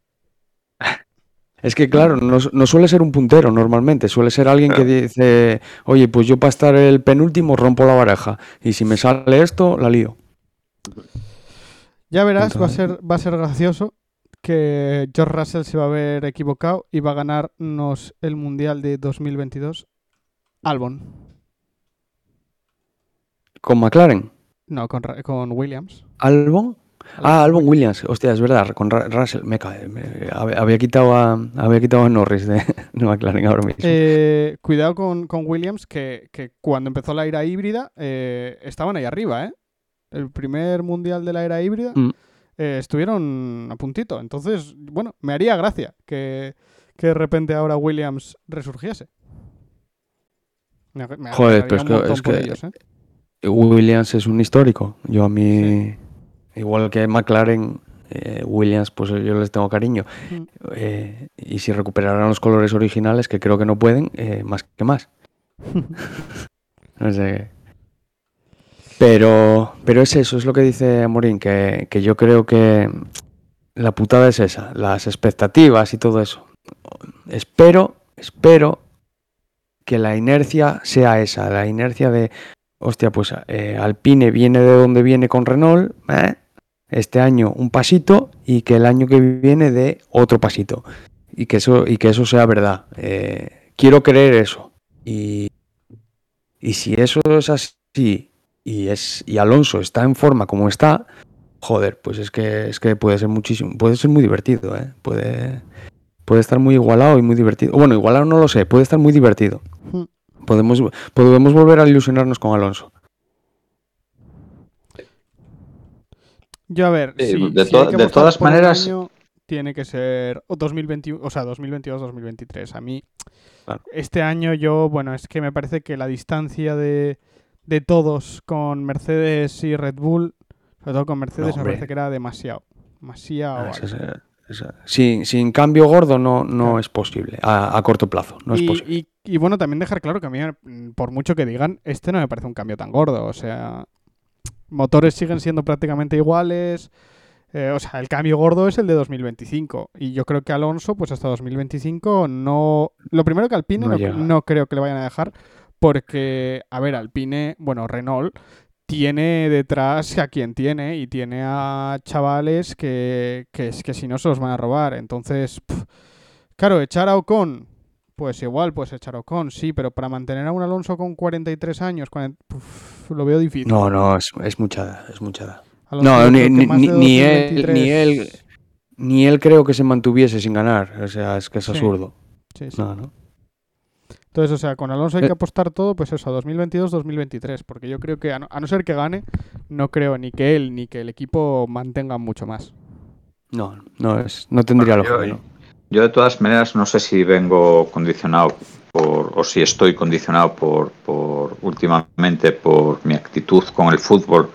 Es que claro, no, no suele ser un puntero normalmente, suele ser alguien que Claro. dice, oye, pues yo para estar el penúltimo rompo la baraja, y si me sale esto, la lío. Ya verás, va a Entonces- ser, va a ser gracioso que George Russell se va a haber equivocado y va a ganarnos el Mundial de dos mil veintidós. Albon. ¿Con McLaren? No, con, Ra- con Williams. ¿Albon? Ah, Albon Albon Williams, hostia, es verdad, con Ra- Russell, me cae, me- había, había quitado a, había quitado a Norris de, de McLaren ahora mismo. Eh, cuidado con, con Williams, que, que cuando empezó la era híbrida eh, estaban ahí arriba, ¿eh? El primer mundial de la era híbrida Mm. eh, estuvieron a puntito. Entonces, bueno, me haría gracia que, que de repente ahora Williams resurgiese. Me, me Joder, alegraría pero es un que- montón es por que- ellos, ¿eh? Williams es un histórico, yo a mí, igual que McLaren, eh, Williams, pues yo les tengo cariño. Mm. Eh, y si recuperaran los colores originales, que creo que no pueden, eh, más que más. No sé. Pero, pero es eso, es lo que dice Amorín, que, que yo creo que la putada es esa, las expectativas y todo eso. Espero, espero que la inercia sea esa, la inercia de, hostia, pues eh, Alpine viene de donde viene con Renault, ¿eh? Este año un pasito y que el año que viene dé otro pasito. Y que eso, y que eso sea verdad. Eh, quiero creer eso. Y, y si eso es así y es y Alonso está en forma como está, joder, pues es que es que puede ser muchísimo, puede ser muy divertido, ¿eh? Puede, puede estar muy igualado y muy divertido. Bueno, igualado no lo sé, puede estar muy divertido. Mm. Podemos, podemos volver a ilusionarnos con Alonso. Yo a ver, Sí, si, de si to- hay que de apostar todas por un maneras- año, tiene que ser o dos mil veintiuno, o sea, dos mil veintidós dos mil veintitrés. A mí, Claro. este año yo, bueno, es que me parece que la distancia de, de todos con Mercedes y Red Bull, sobre todo con Mercedes, No, me hombre. parece que era demasiado. Demasiado. Ah, alto. esa- esa- esa- sin, sin cambio gordo no, no Claro. es posible, a, a corto plazo, no es y, posible. y- y bueno, también dejar claro que a mí, mm, por mucho que digan, este no me parece un cambio tan gordo. O sea, motores siguen siendo prácticamente iguales. Eh, o sea, el cambio gordo es el de dos mil veinticinco. Y yo creo que Alonso, pues hasta dos mil veinticinco no... Lo primero que Alpine No no, llega. no creo que le vayan a dejar porque, a ver, Alpine, bueno, Renault tiene detrás a quien tiene y tiene a chavales que, que, es que si no se los van a robar. Entonces, pf, claro, echar a Ocon, pues igual, pues echar a Ocon, sí, pero para mantener a un Alonso con cuarenta y tres años, cuarenta, pf, lo veo difícil. No, no, es, es mucha edad, es mucha edad. Alonso, No, yo ni, creo que ni, más ni, de ni él, ni él, dos mil veintitrés. ni él creo que se mantuviese sin ganar. O sea, es que es Sí, absurdo. sí, sí. No, no. Entonces, o sea, con Alonso hay Eh, que apostar todo, pues eso, a dos mil veintidós dos mil veintitrés, porque yo creo que, a no, a no ser que gane, no creo ni que él ni que el equipo mantengan mucho más. No, no, es, no tendría Bueno, lógica, yo, ¿no? yo de todas maneras no sé si vengo condicionado por, o si estoy condicionado por, por últimamente por mi actitud con el fútbol,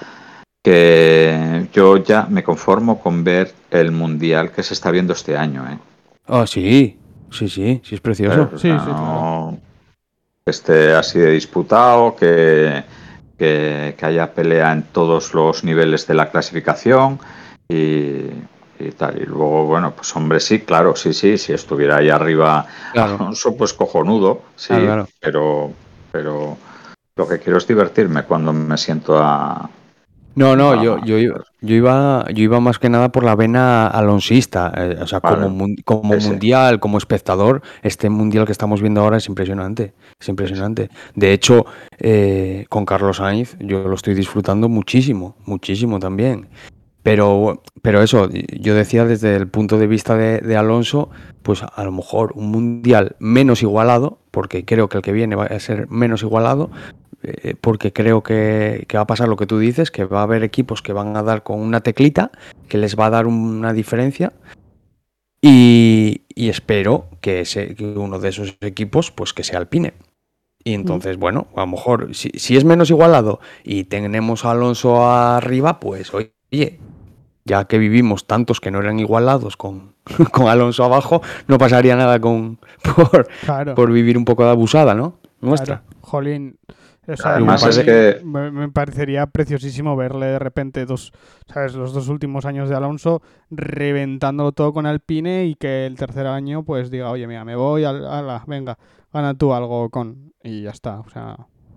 que yo ya me conformo con ver el mundial que se está viendo este año, ¿eh? Ah, sí, sí, sí, sí es precioso. O Sí, sea, sí, claro. no que esté así de disputado, que, que, que haya pelea en todos los niveles de la clasificación y, y tal. Y luego, bueno, pues hombre, sí, claro, sí, sí, si estuviera ahí arriba Claro, Alonso, pues cojonudo, claro, sí, claro. pero, pero lo que quiero es divertirme cuando me siento a... No, no, yo, a- yo, iba- yo iba, yo iba más que nada por la vena alonsista. eh, o sea, como, Vale, mun- como sí, sí, mundial, como espectador, este mundial que estamos viendo ahora es impresionante. Es sí, sí. impresionante. De hecho, eh, con Carlos Sainz, yo lo estoy disfrutando muchísimo, muchísimo también. Pero, pero eso, yo decía desde el punto de vista de, de Alonso, pues a lo mejor un mundial menos igualado, porque creo que el que viene va a ser menos igualado, eh, porque creo que, que va a pasar lo que tú dices, que va a haber equipos que van a dar con una teclita, que les va a dar una diferencia, y, y espero que, ese, que uno de esos equipos, pues que sea Alpine. Y entonces, bueno, a lo mejor, si, si es menos igualado y tenemos a Alonso arriba, pues oye, ya que vivimos tantos que no eran igualados con, con Alonso abajo, no pasaría nada con por, Claro, por vivir un poco de abusada, ¿no? Nuestra. claro. Jolín. O sea, Además yo- es me- que me, me parecería preciosísimo verle de repente dos, ¿sabes? Los dos últimos años de Alonso reventándolo todo con Alpine y que el tercer año pues diga, oye, mira, me voy, al, ala, venga, gana tú algo con... Y ya está, o sea...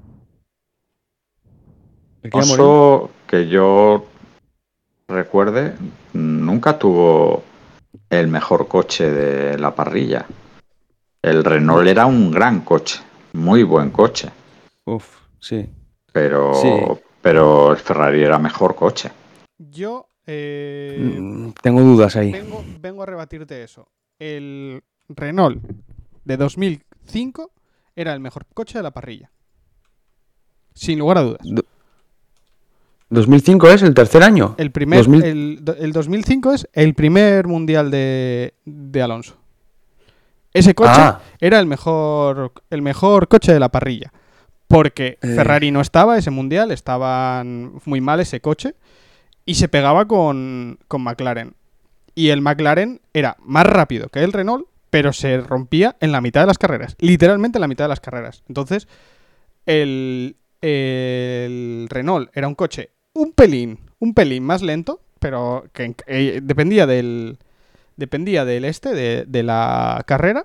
¿El que iba a morir? Alonso, que yo recuerde, nunca tuvo el mejor coche de la parrilla. El Renault era un gran coche, muy buen coche, Uf, sí. pero, Sí. pero el Ferrari era mejor coche. Yo eh, Mm, Tengo dudas ahí. vengo, vengo a rebatirte eso. El Renault de dos mil cinco era el mejor coche de la parrilla. Sin lugar a dudas. Do- ¿dos mil cinco es el tercer año? El, primer, dos mil el, do- el dos mil cinco es el primer mundial de, de Alonso. Ese coche Ah, era el mejor, el mejor coche de la parrilla. Porque Eh. Ferrari no estaba ese mundial, estaban muy mal ese coche. Y se pegaba con, con McLaren. Y el McLaren era más rápido que el Renault, pero se rompía en la mitad de las carreras. Literalmente en la mitad de las carreras. Entonces, el, el Renault era un coche un pelín, un pelín más lento, pero que eh, dependía del dependía del este, de, de la carrera,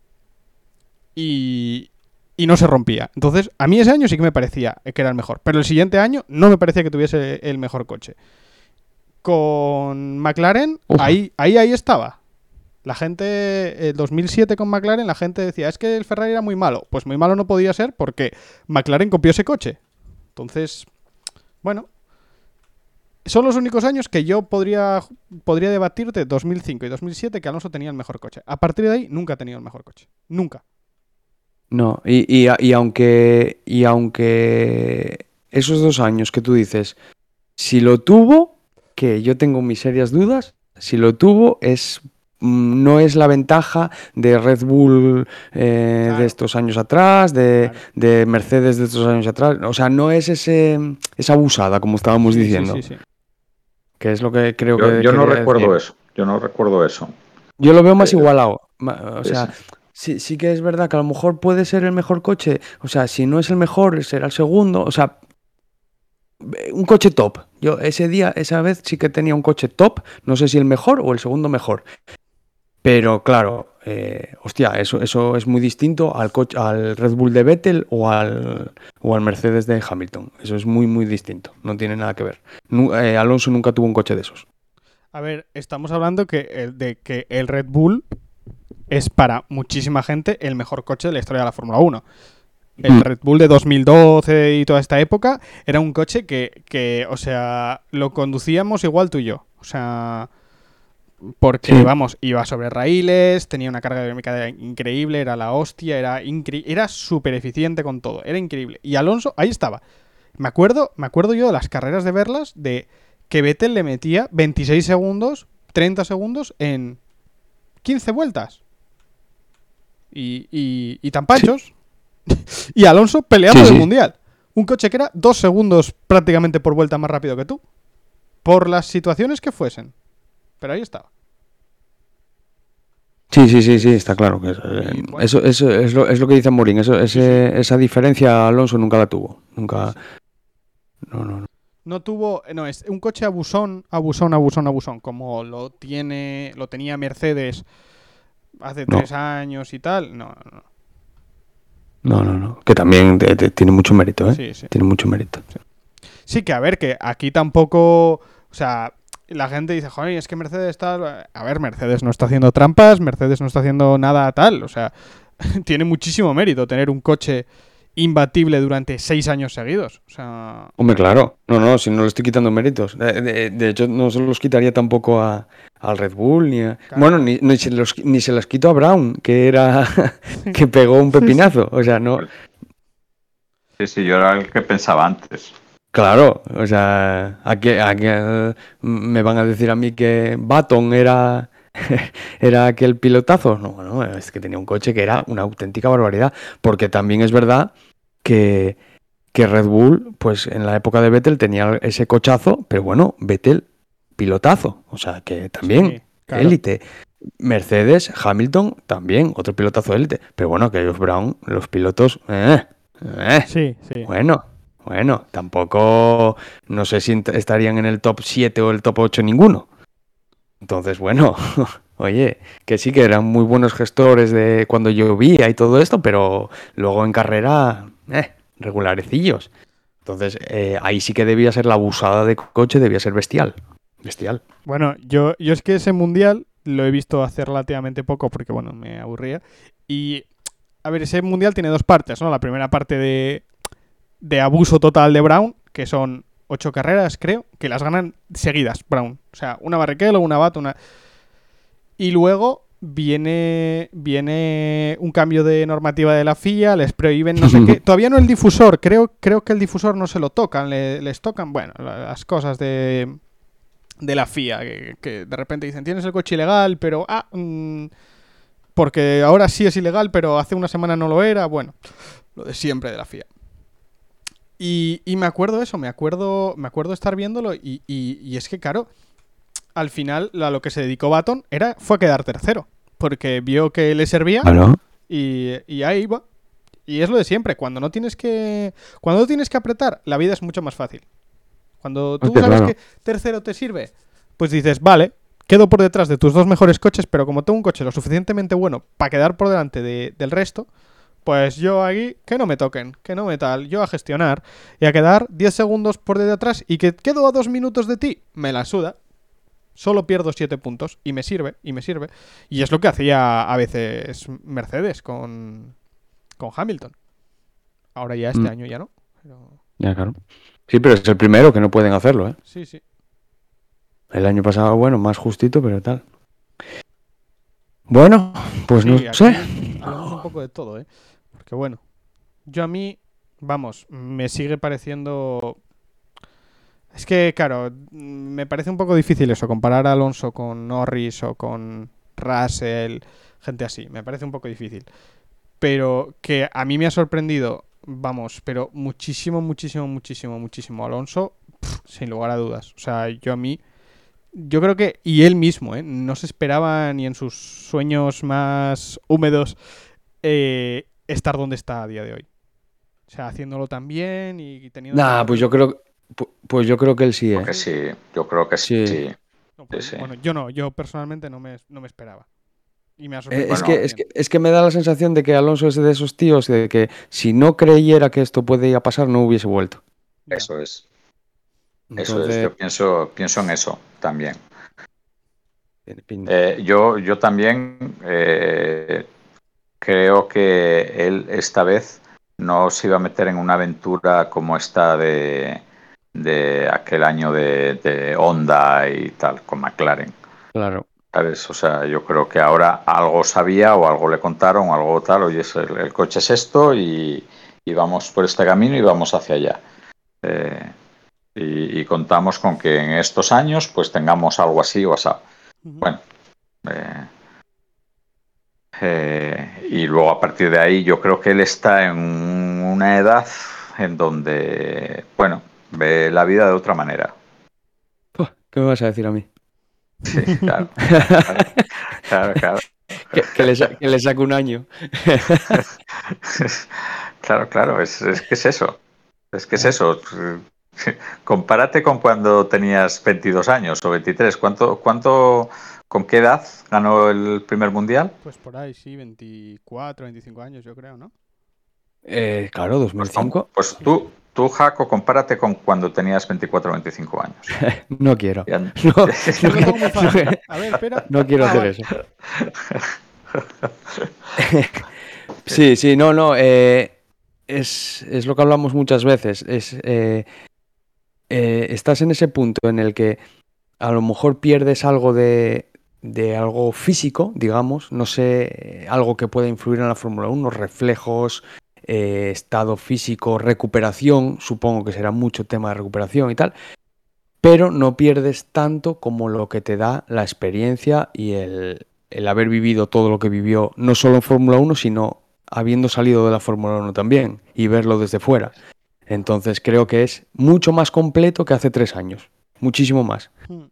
y, y no se rompía. Entonces, a mí ese año sí que me parecía que era el mejor, pero el siguiente año no me parecía que tuviese el mejor coche. Con McLaren, Uf. ahí, ahí, ahí estaba. La gente, el dos mil siete con McLaren, la gente decía, es que el Ferrari era muy malo. Pues muy malo no podía ser porque McLaren copió ese coche. Entonces, bueno, son los únicos años que yo podría, podría debatirte, dos mil cinco y dos mil siete, que Alonso tenía el mejor coche. A partir de ahí, nunca ha tenido el mejor coche. Nunca. no. Y, y, y aunque, y aunque esos dos años que tú dices, si lo tuvo, que yo tengo mis serias dudas, si lo tuvo es mm, no es la ventaja de Red Bull eh, Claro. de estos años atrás, de, Claro. de Mercedes de estos años atrás. O sea, no es ese esa abusada, como estábamos Sí, sí, diciendo, sí, sí. que es lo que creo Yo, que yo no quería recuerdo decir. eso, yo no recuerdo eso. Yo lo veo más Sí. igualado. ma- O Sí, sea, sí. sí, sí que es verdad que a lo mejor puede ser el mejor coche. O sea, si no es el mejor, será el segundo. O sea, un coche top. Yo ese día, esa vez sí que tenía un coche top. No sé si el mejor o el segundo mejor. Pero claro, eh, hostia, eso, eso es muy distinto al coche, al Red Bull de Vettel o al, o al Mercedes de Hamilton. Eso es muy, muy distinto. No tiene nada que ver. Nu- eh, Alonso nunca tuvo un coche de esos. A ver, estamos hablando que el, de que el Red Bull es para muchísima gente el mejor coche de la historia de la Fórmula uno. El Mm. Red Bull de dos mil doce y toda esta época era un coche que, que, o sea, lo conducíamos igual tú y yo. O sea, porque, Sí. vamos, iba sobre raíles, tenía una carga aerodinámica increíble, era la hostia, era incre- era súper eficiente con todo, era increíble. Y Alonso, ahí estaba. Me acuerdo, me acuerdo yo de las carreras de verlas de que Vettel le metía veintiséis segundos, treinta segundos en quince vueltas. Y, y, y tan panchos. Y Alonso peleando Sí, el sí. mundial. Un coche que era dos segundos prácticamente por vuelta más rápido que tú. Por las situaciones que fuesen. Pero ahí estaba. Sí, sí, sí, sí, está claro. Que es, eh, Y bueno. eso, eso es, lo, es lo que dice Morín. Eso, ese, Esa diferencia Alonso nunca la tuvo. Nunca. Sí, sí. No, no, no. No tuvo. No, es un coche abusón, abusón, abusón, abusón. Como lo tiene. Lo tenía Mercedes hace No. tres años y tal. No, no, no. No, no, no. Que también te- te- tiene mucho mérito, ¿eh? Sí, sí. Tiene mucho mérito. Sí, que a ver, que aquí tampoco. O sea, la gente dice, joder, es que Mercedes está. A ver, Mercedes no está haciendo trampas, Mercedes no está haciendo nada tal. O sea, tiene muchísimo mérito tener un coche imbatible durante seis años seguidos. O sea. Hombre, claro. No, no, si no le estoy quitando méritos. De, de- de hecho, no se los quitaría tampoco a, al Red Bull ni a... Claro. Bueno, ni, ni se los, ni se las quito a Brown, que era... que pegó un pepinazo. O sea, no... Sí, sí, yo era el que pensaba antes. Claro, o sea, ¿a qué, a qué, eh, me van a decir a mí que Baton era, era aquel pilotazo? No, no, es que tenía un coche que era una auténtica barbaridad, porque también es verdad que, que Red Bull, pues en la época de Vettel tenía ese cochazo, pero bueno, Vettel, pilotazo, o sea, que también, Sí, claro. élite. Mercedes, Hamilton, también, otro pilotazo élite, pero bueno, que ellos Brown, los pilotos, eh, eh. Sí, sí. Bueno, bueno, tampoco no sé si ent- estarían en el top siete o el top ocho ninguno. Entonces, bueno, oye, que sí que eran muy buenos gestores de cuando llovía y todo esto, pero luego en carrera, eh, regularecillos. Entonces, eh, ahí sí que debía ser la abusada de coche, debía ser bestial. Bestial. Bueno, yo, yo es que ese mundial lo he visto hace relativamente poco porque, bueno, me aburría. Y, a ver, ese mundial tiene dos partes, ¿no? La primera parte de, de abuso total de Brown, que son ocho carreras, creo, que las ganan seguidas, Brown. O sea, una Barrichello, una Bat, una... Y luego viene viene un cambio de normativa de la F I A, les prohíben no sé qué. Todavía no el difusor, creo, creo que el difusor no se lo tocan, le- les tocan, bueno, las cosas de... de la F I A, que, que de repente dicen, tienes el coche ilegal, pero... Ah, mm, porque ahora sí es ilegal, pero hace una semana no lo era. Bueno, lo de siempre de la F I A. Y, y me acuerdo eso, me acuerdo me acuerdo estar viéndolo y, y, y es que, claro, al final a lo que se dedicó Baton era, fue a quedar tercero, porque vio que le servía Bueno, y, y ahí va. Y es lo de siempre, cuando no tienes que cuando no tienes que apretar, la vida es mucho más fácil. Cuando tú Hostia, sabes claro. que tercero te sirve, pues dices, vale, quedo por detrás de tus dos mejores coches, pero como tengo un coche lo suficientemente bueno para quedar por delante de- del resto, pues yo aquí, que no me toquen, que no me tal, yo a gestionar y a quedar diez segundos por detrás y que quedo a dos minutos de ti, me la suda. Solo pierdo siete puntos y me sirve, y me sirve. Y es lo que hacía a veces Mercedes con, con Hamilton. Ahora ya este Mm. año ya no. Pero ya claro. Sí, pero es el primero que no pueden hacerlo, ¿eh? sí, sí. El año pasado, bueno, más justito, pero tal. Bueno, pues Sí, no aquí sé. hablamos un poco de todo, ¿eh? Porque bueno, yo a mí, vamos, me sigue pareciendo... Es que, claro, mm, me parece un poco difícil eso, comparar a Alonso con Norris o con Russell, gente así. Me parece un poco difícil. Pero que a mí me ha sorprendido, vamos, pero muchísimo, muchísimo, muchísimo, muchísimo Alonso, pf, sin lugar a dudas. O sea, yo a mí yo creo que, y él mismo, ¿eh? No se esperaba ni en sus sueños más húmedos eh, estar donde está a día de hoy. O sea, haciéndolo tan bien y teniendo... Nah, tanto pues yo creo, pu- pues yo creo que él sí, ¿eh? Porque sí, yo creo que Sí. sí. No, pues, Sí, sí. Bueno, yo no, yo personalmente no me, no me esperaba. Y me ha Eh, sorprendido. es, Bueno, que, es, que, es que me da la sensación de que Alonso es de esos tíos de que si no creyera que esto puede ir a pasar, no hubiese vuelto. Ya. Eso es. Entonces, Eso es. Yo pienso, pienso en eso también. tiene pinta. Eh, yo, yo también eh, creo que él esta vez no se iba a meter en una aventura como esta de, de aquel año de, de Honda y tal, con McLaren. Claro. ¿Sabes? O sea, yo creo que ahora algo sabía o algo le contaron o algo tal, oye, es el, el coche es esto y, y vamos por este camino y vamos hacia allá. Eh, y, y contamos con que en estos años pues tengamos algo así o así. Ujú. Bueno, eh, eh, y luego a partir de ahí yo creo que él está en una edad en donde, bueno, ve la vida de otra manera. Puh, ¿qué me vas a decir a mí? Sí, claro, claro, claro, claro. que, que le, sa- que le saque un año. Claro, claro, es, es que es eso. Es que es eso. Compárate con cuando tenías veintidós años o veintitrés. ¿Cuánto, cuánto, con qué edad ganó el primer mundial? Pues por ahí, sí, veinticuatro, veinticinco años, yo creo, ¿no? Eh, claro, Pues, con- dos mil cinco. pues tú, tú, Jaco, compárate con cuando tenías veinticuatro o veinticinco años. No quiero. Ya- No, Yo no, lo tengo muy fácil. no- A ver, espera. no quiero Ah, hacer vale. eso. Sí, sí, no, no. eh, es, es lo que hablamos muchas veces. Es, eh, eh, estás en ese punto en el que a lo mejor pierdes algo de, de algo físico, digamos, no sé, eh, algo que pueda influir en la Fórmula uno, reflejos, eh, estado físico, recuperación, supongo que será mucho tema de recuperación y tal, pero no pierdes tanto como lo que te da la experiencia y el, el haber vivido todo lo que vivió, no solo en Fórmula uno, sino habiendo salido de la Fórmula uno también y verlo desde fuera. Entonces creo que es mucho más completo que hace tres años, muchísimo más. Hmm.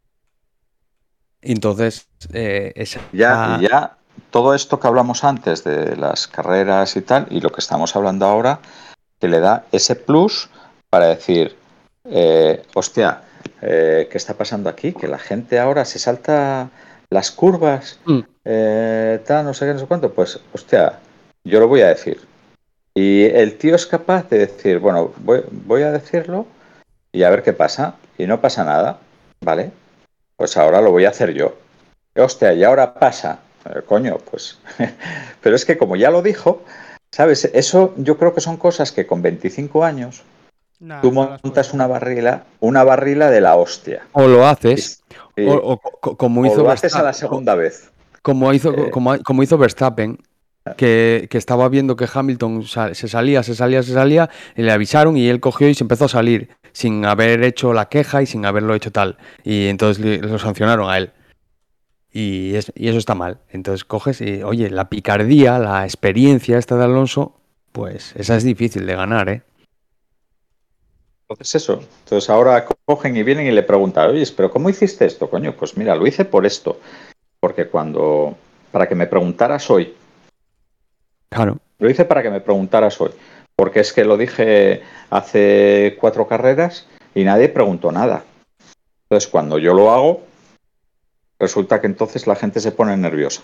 Entonces, eh, esa... Ya, y ya todo esto que hablamos antes de las carreras y tal, y lo que estamos hablando ahora, que le da ese plus para decir, eh, hostia, eh, ¿qué está pasando aquí? Que la gente ahora se salta las curvas, Mm, eh, tal, no sé qué, no sé cuánto. Pues, hostia, yo lo voy a decir. Y el tío es capaz de decir, bueno, voy, voy a decirlo y a ver qué pasa. Y no pasa nada, ¿vale? Pues ahora lo voy a hacer yo. Hostia, y ahora pasa. Eh, coño, pues. Pero es que como ya lo dijo, ¿sabes? Eso yo creo que son cosas que con veinticinco años Nah, tú no las montas puedes una hacer. barrila, una barrila de la hostia. O lo Y- haces, y- o, o co- como o hizo lo haces a la Verstappen, co- segunda vez. como hizo, Eh, como, como hizo Verstappen, que, que estaba viendo que Hamilton sa- se salía, se salía, se salía, y le avisaron y él cogió y se empezó a salir sin haber hecho la queja y sin haberlo hecho tal. Y entonces le- lo sancionaron a él. Y, es- y eso está mal. Entonces coges y, oye, la picardía, la experiencia esta de Alonso, pues esa es difícil de ganar, ¿eh? Entonces eso. Entonces ahora cogen y vienen y le preguntan, oye, pero ¿cómo hiciste esto, coño? Pues mira, lo hice por esto. Porque cuando, para que me preguntaras hoy, Claro. lo hice para que me preguntaras hoy. Porque es que lo dije hace cuatro carreras y nadie preguntó nada. Entonces cuando yo lo hago, resulta que entonces la gente se pone nerviosa.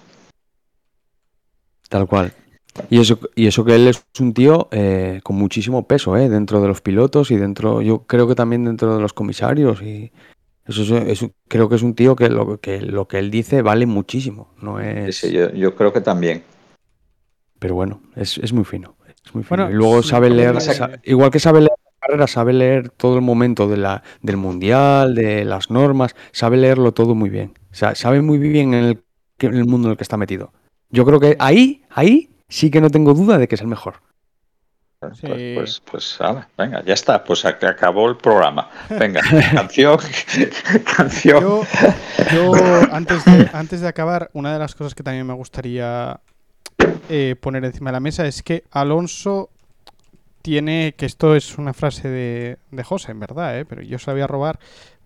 Tal cual. Y eso, y eso que él es un tío eh, con muchísimo peso, ¿eh? Dentro de los pilotos y dentro, yo creo que también dentro de los comisarios. Y eso es, es un- creo que es un tío que lo que lo que él dice vale muchísimo. No Sí, es, sí, yo, yo creo que también. pero bueno, es, es muy fino. Es muy fino. Bueno, Y luego sí, sabe Lo que leer, pasa que- sa- igual que sabe leer la carrera, sabe leer todo el momento de la, del mundial, de las normas, sabe leerlo todo muy bien. O sea, sabe muy bien en el, que- en el mundo en el que está metido. Yo creo que ahí, ahí sí que no tengo duda de que es el mejor. Pues, Sí. pues, pues, ala, venga, ya está, pues ac- acabó el programa. Venga, canción, canción. Yo, yo antes, de, antes de acabar, una de las cosas que también me gustaría eh, poner encima de la mesa es que Alonso tiene, que esto es una frase de, de José, en verdad, ¿eh? Pero yo se la voy a robar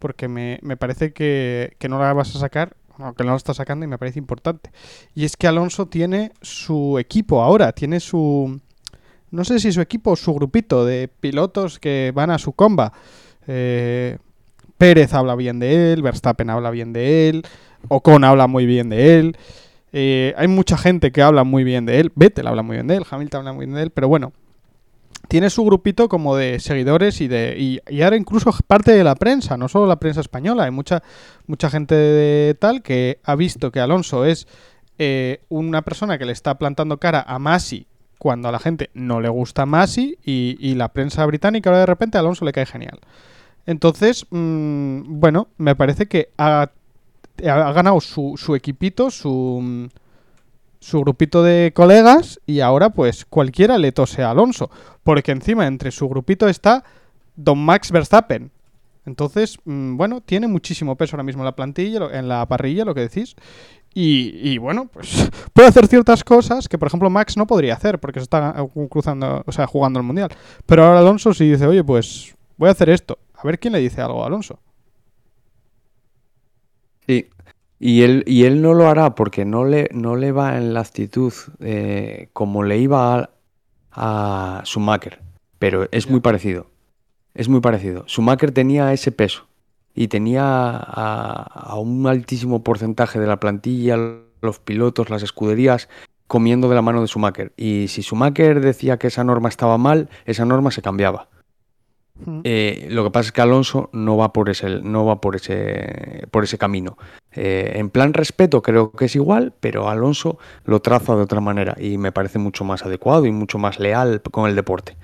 porque me, me parece que, que no la vas a sacar, o que no la está sacando y me parece importante. Y es que Alonso tiene su equipo ahora, tiene su... No sé si su equipo o su grupito de pilotos que van a su comba. Eh, Pérez habla bien de él, Verstappen habla bien de él, Ocon habla muy bien de él. Eh, hay mucha gente que habla muy bien de él. Vettel habla muy bien de él, Hamilton habla muy bien de él, pero bueno, tiene su grupito como de seguidores y de y, y ahora incluso parte de la prensa, no solo la prensa española. Hay mucha mucha gente de tal que ha visto que Alonso es eh, una persona que le está plantando cara a Masi cuando a la gente no le gusta Masi y, y la prensa británica ahora de repente a Alonso le cae genial. Entonces, mmm, bueno, me parece que ha, ha ganado su, su equipito, su... su grupito de colegas y ahora pues cualquiera le tose a Alonso, porque encima entre su grupito está Don Max Verstappen. Entonces, mmm, bueno, tiene muchísimo peso ahora mismo en la plantilla, en la parrilla, lo que decís. Y, y bueno, pues puede hacer ciertas cosas que, por ejemplo, Max no podría hacer porque se está cruzando, o sea, jugando el Mundial. Pero ahora Alonso sí dice, oye, pues voy a hacer esto. A ver quién le dice algo a Alonso. Sí. Y él, y él no lo hará porque no le, no le va en la actitud eh, como le iba a, a Schumacher. Pero es Ya. muy parecido. Es muy parecido. Schumacher tenía ese peso y tenía a, a un altísimo porcentaje de la plantilla, los pilotos, las escuderías, comiendo de la mano de Schumacher. Y si Schumacher decía que esa norma estaba mal, esa norma se cambiaba. Mm. Eh, lo que pasa es que Alonso no va por ese, no va por ese, por ese camino. Eh, en plan respeto creo que es igual, pero Alonso lo traza de otra manera y me parece mucho más adecuado y mucho más leal con el deporte.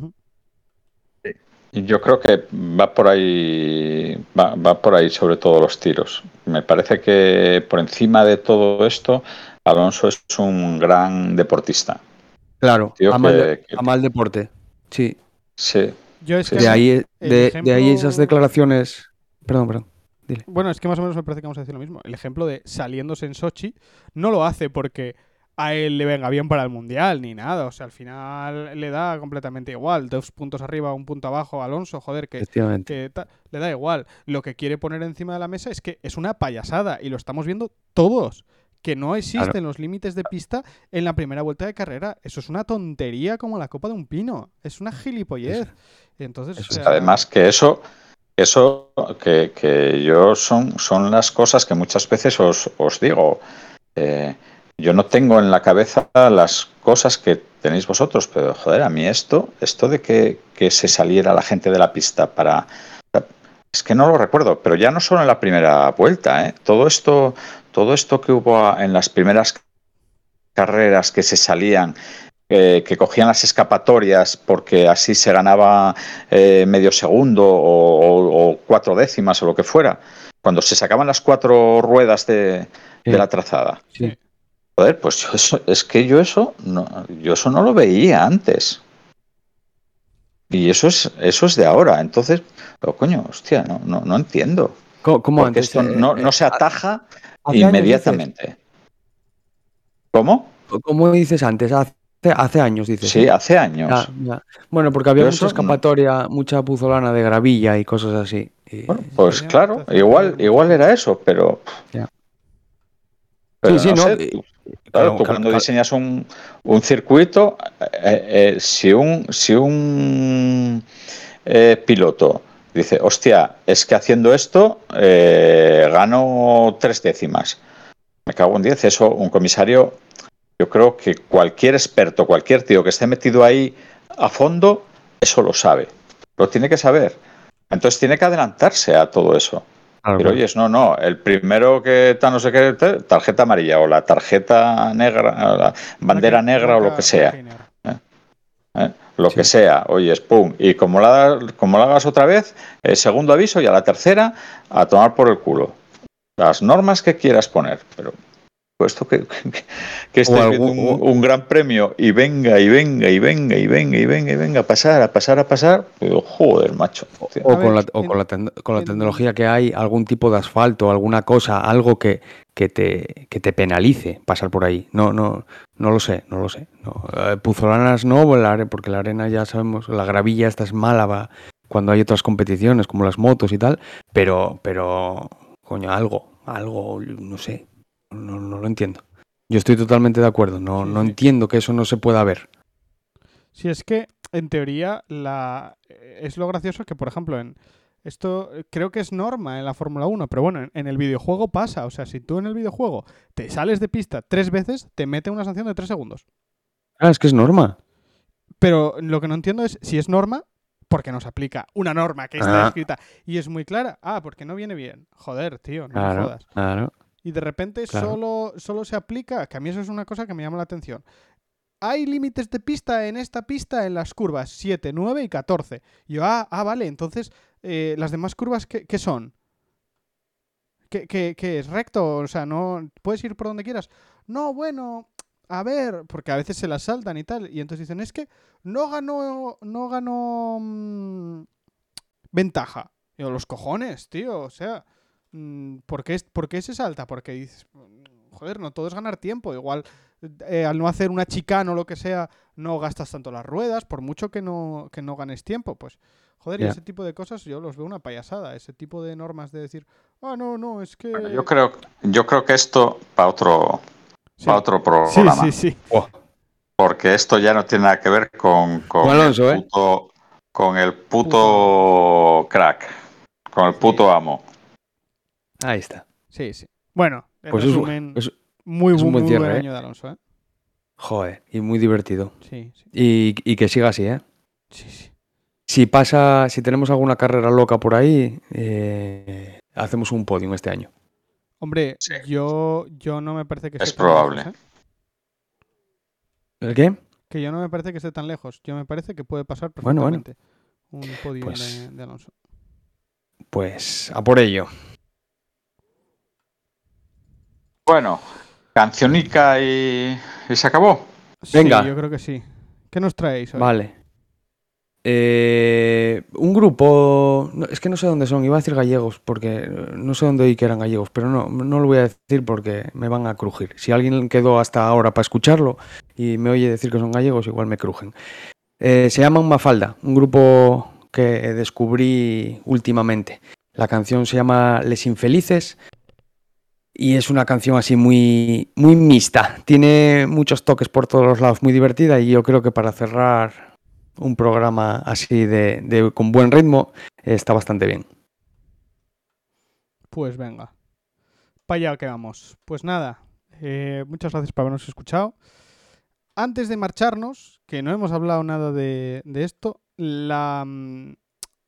Yo creo que va por ahí, va, va por ahí sobre todo los tiros. Me parece que por encima de todo esto, Alonso es un gran deportista. Claro, Tío ama el, que, de- que- ama el deporte. Sí, sí, Yo es sí, que de a mí ahí, el de, ejemplo... de ahí esas declaraciones. Perdón, perdón. Dile. Bueno, es que más o menos me parece que vamos a decir lo mismo. El ejemplo de saliéndose en Sochi no lo hace porque a él le venga bien para el Mundial ni nada. O sea, al final le da completamente igual. Dos puntos arriba, un punto abajo, Alonso, joder, que, Efectivamente. que ta- le da igual. Lo que quiere poner encima de la mesa es que es una payasada y lo estamos viendo todos. Que no existen Claro. los límites de pista en la primera vuelta de carrera. Eso es una tontería como la copa de un pino. Es una gilipollez. Eso- Entonces, eso o es. sea, Además que eso, eso que, que yo son, son las cosas que muchas veces os, os digo. Eh, yo no tengo en la cabeza las cosas que tenéis vosotros, pero joder, a mí esto, esto de que, que se saliera la gente de la pista para... Es que no lo recuerdo, pero ya no solo en la primera vuelta, ¿eh? Todo esto, todo esto que hubo en las primeras carreras que se salían, eh, que cogían las escapatorias porque así se ganaba eh, medio segundo o, o, o cuatro décimas o lo que fuera, cuando se sacaban las cuatro ruedas de, Sí, de la trazada. sí. sí. Joder, pues yo eso, es que yo eso no, yo eso no lo veía antes. Y eso es, eso es de ahora. Entonces, oh, coño, hostia, no, no, no entiendo. ¿Cómo, cómo Porque antes? esto Eh, no, eh, no se ha- ataja hace años dices. inmediatamente. ¿Cómo? ¿Cómo dices antes? Hace, hace años dices, Sí, ¿eh? hace Ya, años. ya. Bueno, porque había Yo mucha eso, no- escapatoria, mucha puzolana de gravilla y cosas así. Y- bueno, Te pues hacía- te claro, hacía igual, perder igual mucho era tiempo. eso, pero, ya. Sí, pero sí, no no. sé. eh, Tú, claro, Claro, tú cal- cuando cal- diseñas un, un circuito, eh, eh, si un, si un eh, piloto dice, hostia, es que haciendo esto eh, gano tres décimas. Me cago en diez. Eso, un comisario, yo creo que cualquier experto, cualquier tío que esté metido ahí a fondo, eso lo sabe. Lo tiene que saber. Entonces tiene que adelantarse a todo eso. claro, Pero claro. oye, no, no, el primero que está no sé qué, tarjeta amarilla o la tarjeta negra, o la bandera Blanca- negra o lo blanca- que sea. blanca y negra. ¿eh? Lo Sí. que sea, oyes, pum, y como la, como la hagas otra vez, el segundo aviso y a la tercera a tomar por el culo. Las normas que quieras poner, pero puesto que, que, que O estáis algo, viendo un, o- un gran premio y venga, y venga, y venga, y venga, y venga, y venga, a pasar, a pasar, a pasar, digo, joder, macho. Tío. o A con ver, la, o en- con la, tec- con la en- tecnología que hay, algún tipo de asfalto, alguna cosa, algo que, que te, que te penalice pasar por ahí. No, no, no lo sé, no lo sé. No. Eh, Puzolanas no, la are- porque la arena ya sabemos, la gravilla esta es mala, va, cuando hay otras competiciones como las motos y tal, pero, pero coño, algo, algo, no sé, no, no lo entiendo. Yo estoy totalmente de acuerdo, no, Sí, no sí. entiendo que eso no se pueda ver. Si es que, en teoría, la es lo gracioso que, por ejemplo, en esto eh, creo que es norma en la Fórmula uno, pero bueno, en, en el videojuego pasa. O sea, si tú en el videojuego te sales de pista tres veces, te mete una sanción de tres segundos. Ah, es que es norma. Pero lo que no entiendo es si es norma, porque nos aplica una norma que está Ah. escrita y es muy clara. Ah, porque no viene bien. Joder, tío, no me Claro, jodas. claro. Y de repente Claro. solo, solo se aplica, que a mí eso es una cosa que me llama la atención. Hay límites de pista en esta pista en las curvas siete, nueve y catorce. Y yo, ah, ah, vale, entonces, eh, ¿las demás curvas qué, qué son? ¿Qué, qué, qué es? ¿Recto? O sea, no puedes ir por donde quieras. No, bueno, a ver, porque a veces se las saltan y tal. Y entonces dicen, es que no ganó, no ganó mm, ventaja. Y yo, los cojones, tío, o sea, mm, ¿por qué, es- por qué se salta? Porque dices, mm, joder, no todo es ganar tiempo. Igual, eh, al no hacer una chicana o lo que sea, no gastas tanto las ruedas, por mucho que no, que no ganes tiempo, pues, joder, y Ya. ese tipo de cosas yo los veo una payasada, ese tipo de normas de decir, ah, no, no, es que... Bueno, yo creo, yo creo que esto para otro, Sí. para otro Sí, programa, sí, sí. Oh, porque esto ya no tiene nada que ver con, con Con Alonso, el ¿eh? puto, con el puto, Puto crack, con el Sí. puto amo. Ahí está. Sí, sí. Bueno, en Pues es, resumen, es- muy, es un bu- buen muy cierre, buen ¿eh? año de Alonso, ¿eh? Joder, y muy divertido. Sí, sí. Y, y que siga así, ¿eh? Sí, sí. Si pasa, si tenemos alguna carrera loca por ahí, eh, hacemos un podium este año. Hombre, Sí. yo, yo no me parece que Es esté tan probable. lejos, ¿eh? ¿El qué? Que yo no me parece que esté tan lejos. Yo me parece que puede pasar Bueno, bueno. perfectamente un podium Pues- de, de Alonso. Pues a por ello. Bueno, cancionica y, y se acabó. Venga. Sí, yo creo que sí. ¿Qué nos traéis hoy? Vale. Eh, un grupo, no, es que no sé dónde son, iba a decir gallegos, porque no sé dónde oí que eran gallegos, pero no, no lo voy a decir porque me van a crujir. Si alguien quedó hasta ahora para escucharlo y me oye decir que son gallegos, igual me crujen. Eh, se llaman Mafalda, un grupo que descubrí últimamente. La canción se llama Les Infelices y es una canción así muy, muy mixta. Tiene muchos toques por todos los lados, muy divertida, y yo creo que para cerrar un programa así de, de con buen ritmo eh, está bastante bien. Pues venga. Para allá que vamos. Pues nada, eh, muchas gracias por habernos escuchado. Antes de marcharnos, que no hemos hablado nada de, de esto, la, mm,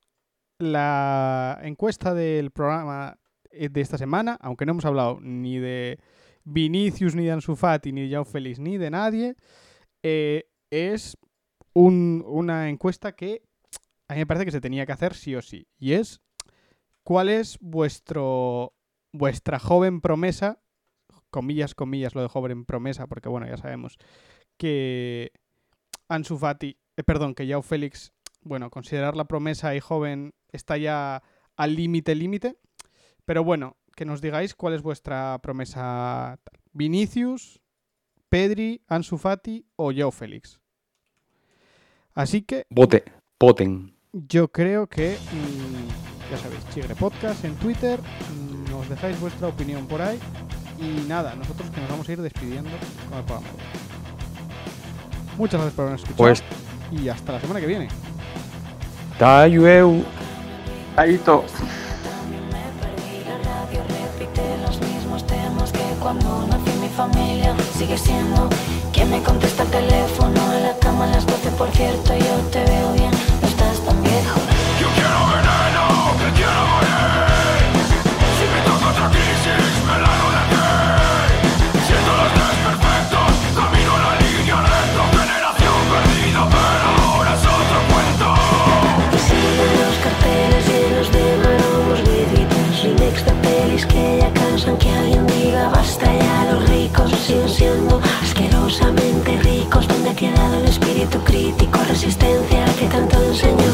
la encuesta del programa eh, de esta semana, aunque no hemos hablado ni de Vinicius, ni de Ansu Fati, ni de Joao Félix, ni de nadie, eh, es un- una encuesta que a mí me parece que se tenía que hacer sí o sí. Y es, ¿cuál es vuestro vuestra joven promesa? Comillas, comillas, lo de joven promesa, porque bueno, ya sabemos que Ansu Fati, eh, perdón, que Joao Félix, bueno, considerar la promesa y joven está ya al límite, límite. Pero bueno, que nos digáis cuál es vuestra promesa. Vinicius, Pedri, Ansu Fati o Joao Félix. Así que Vote, voten. yo creo que, mmm, ya sabéis, Chigre Podcast en Twitter, mmm, nos dejáis vuestra opinión por ahí. Y nada, nosotros que nos vamos a ir despidiendo con el programa. Muchas gracias por habernos escuchado. Pues Y hasta la semana que viene. Tayueu. Ahito. Me perdí, la radio repite los mismos temas que cuando nací mi familia. Sigue siendo quien me contesta el teléfono en la cama a las doce. Por cierto, yo te veo bien, no estás tan viejo. Yo quiero veneno, que quiero morir. Si me toca otra crisis, me largo de aquí. Siento los desperfectos, camino la línea recta. Generación perdida, pero ahora es otro cuento. Y siguen los carteles llenos de maromos, vidritos, remakes de pelis que ya cansan que alguien diga basta ya. Los ricos siguen siendo asquerosamente ricos. ¿Dónde ha quedado el espíritu crítico, resistencia que tanto enseñó?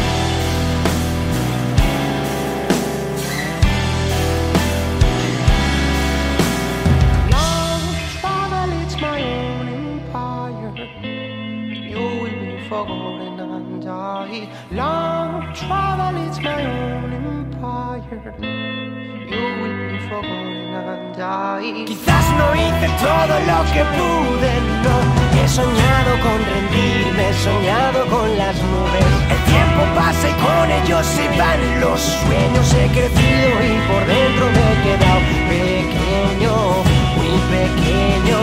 Long travel, it's my own empire. You will be forgotten and die. Long travel. You will be forgotten and die. Quizás no hice todo lo que pude, no. He soñado con rendirme, he soñado con las nubes. El tiempo pasa y con ellos se van los sueños. He crecido y por dentro me he quedado pequeño, muy pequeño.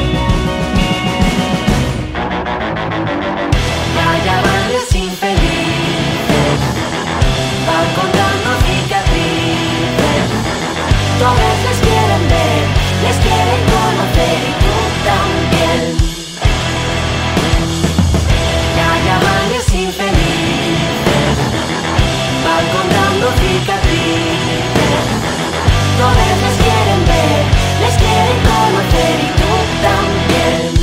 Vaya madres infelices, van contando cicatrices. Todas les quieren ver, les quieren conocer y tú también. Vaya madres infelices, van contando cicatrices. Todas les quieren ver, les quieren conocer y tú también.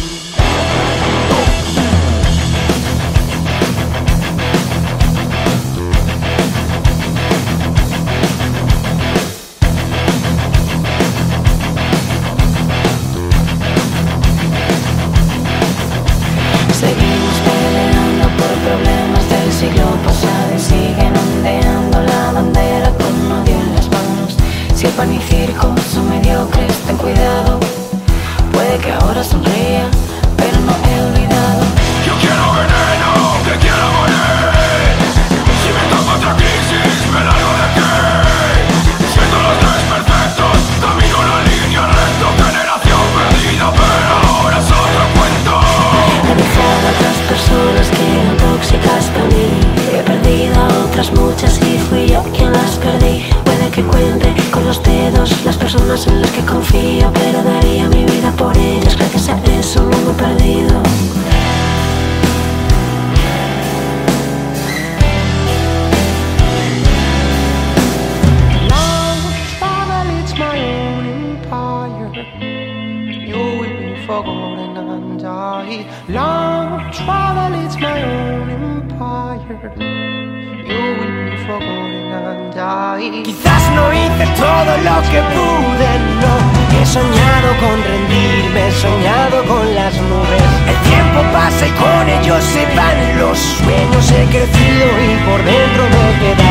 Seguimos peleando por problemas del siglo pasado y siguen ondeando la bandera con odio en las manos. Si el pan y circo son mediocres, ten cuidado. Puede que ahora sonría, pero no he olvidado. Yo quiero veneno, que quiero morir. Si me toca otra crisis, me largo de aquí. Siento los desperfectos, camino la línea recto. Generación perdida, pero ahora es otro cuento. He dejado a otras personas que eran tóxicas para mí. He perdido a otras muchas y fui yo quien las perdí. Puede que cuente con los dedos las personas en las que confío, pero daría mi vida por ellas. Gracias a eso no me he perdido. Long travel, it's my own empire. You will be forgotten and die. Long travel, it's my own empire. You will be forgotten and die. Quizás no hice todo lo que pude, no. He soñado con rendirme, he soñado con las nubes. El tiempo pasa y con ellos se van los sueños. He crecido y por dentro me he quedado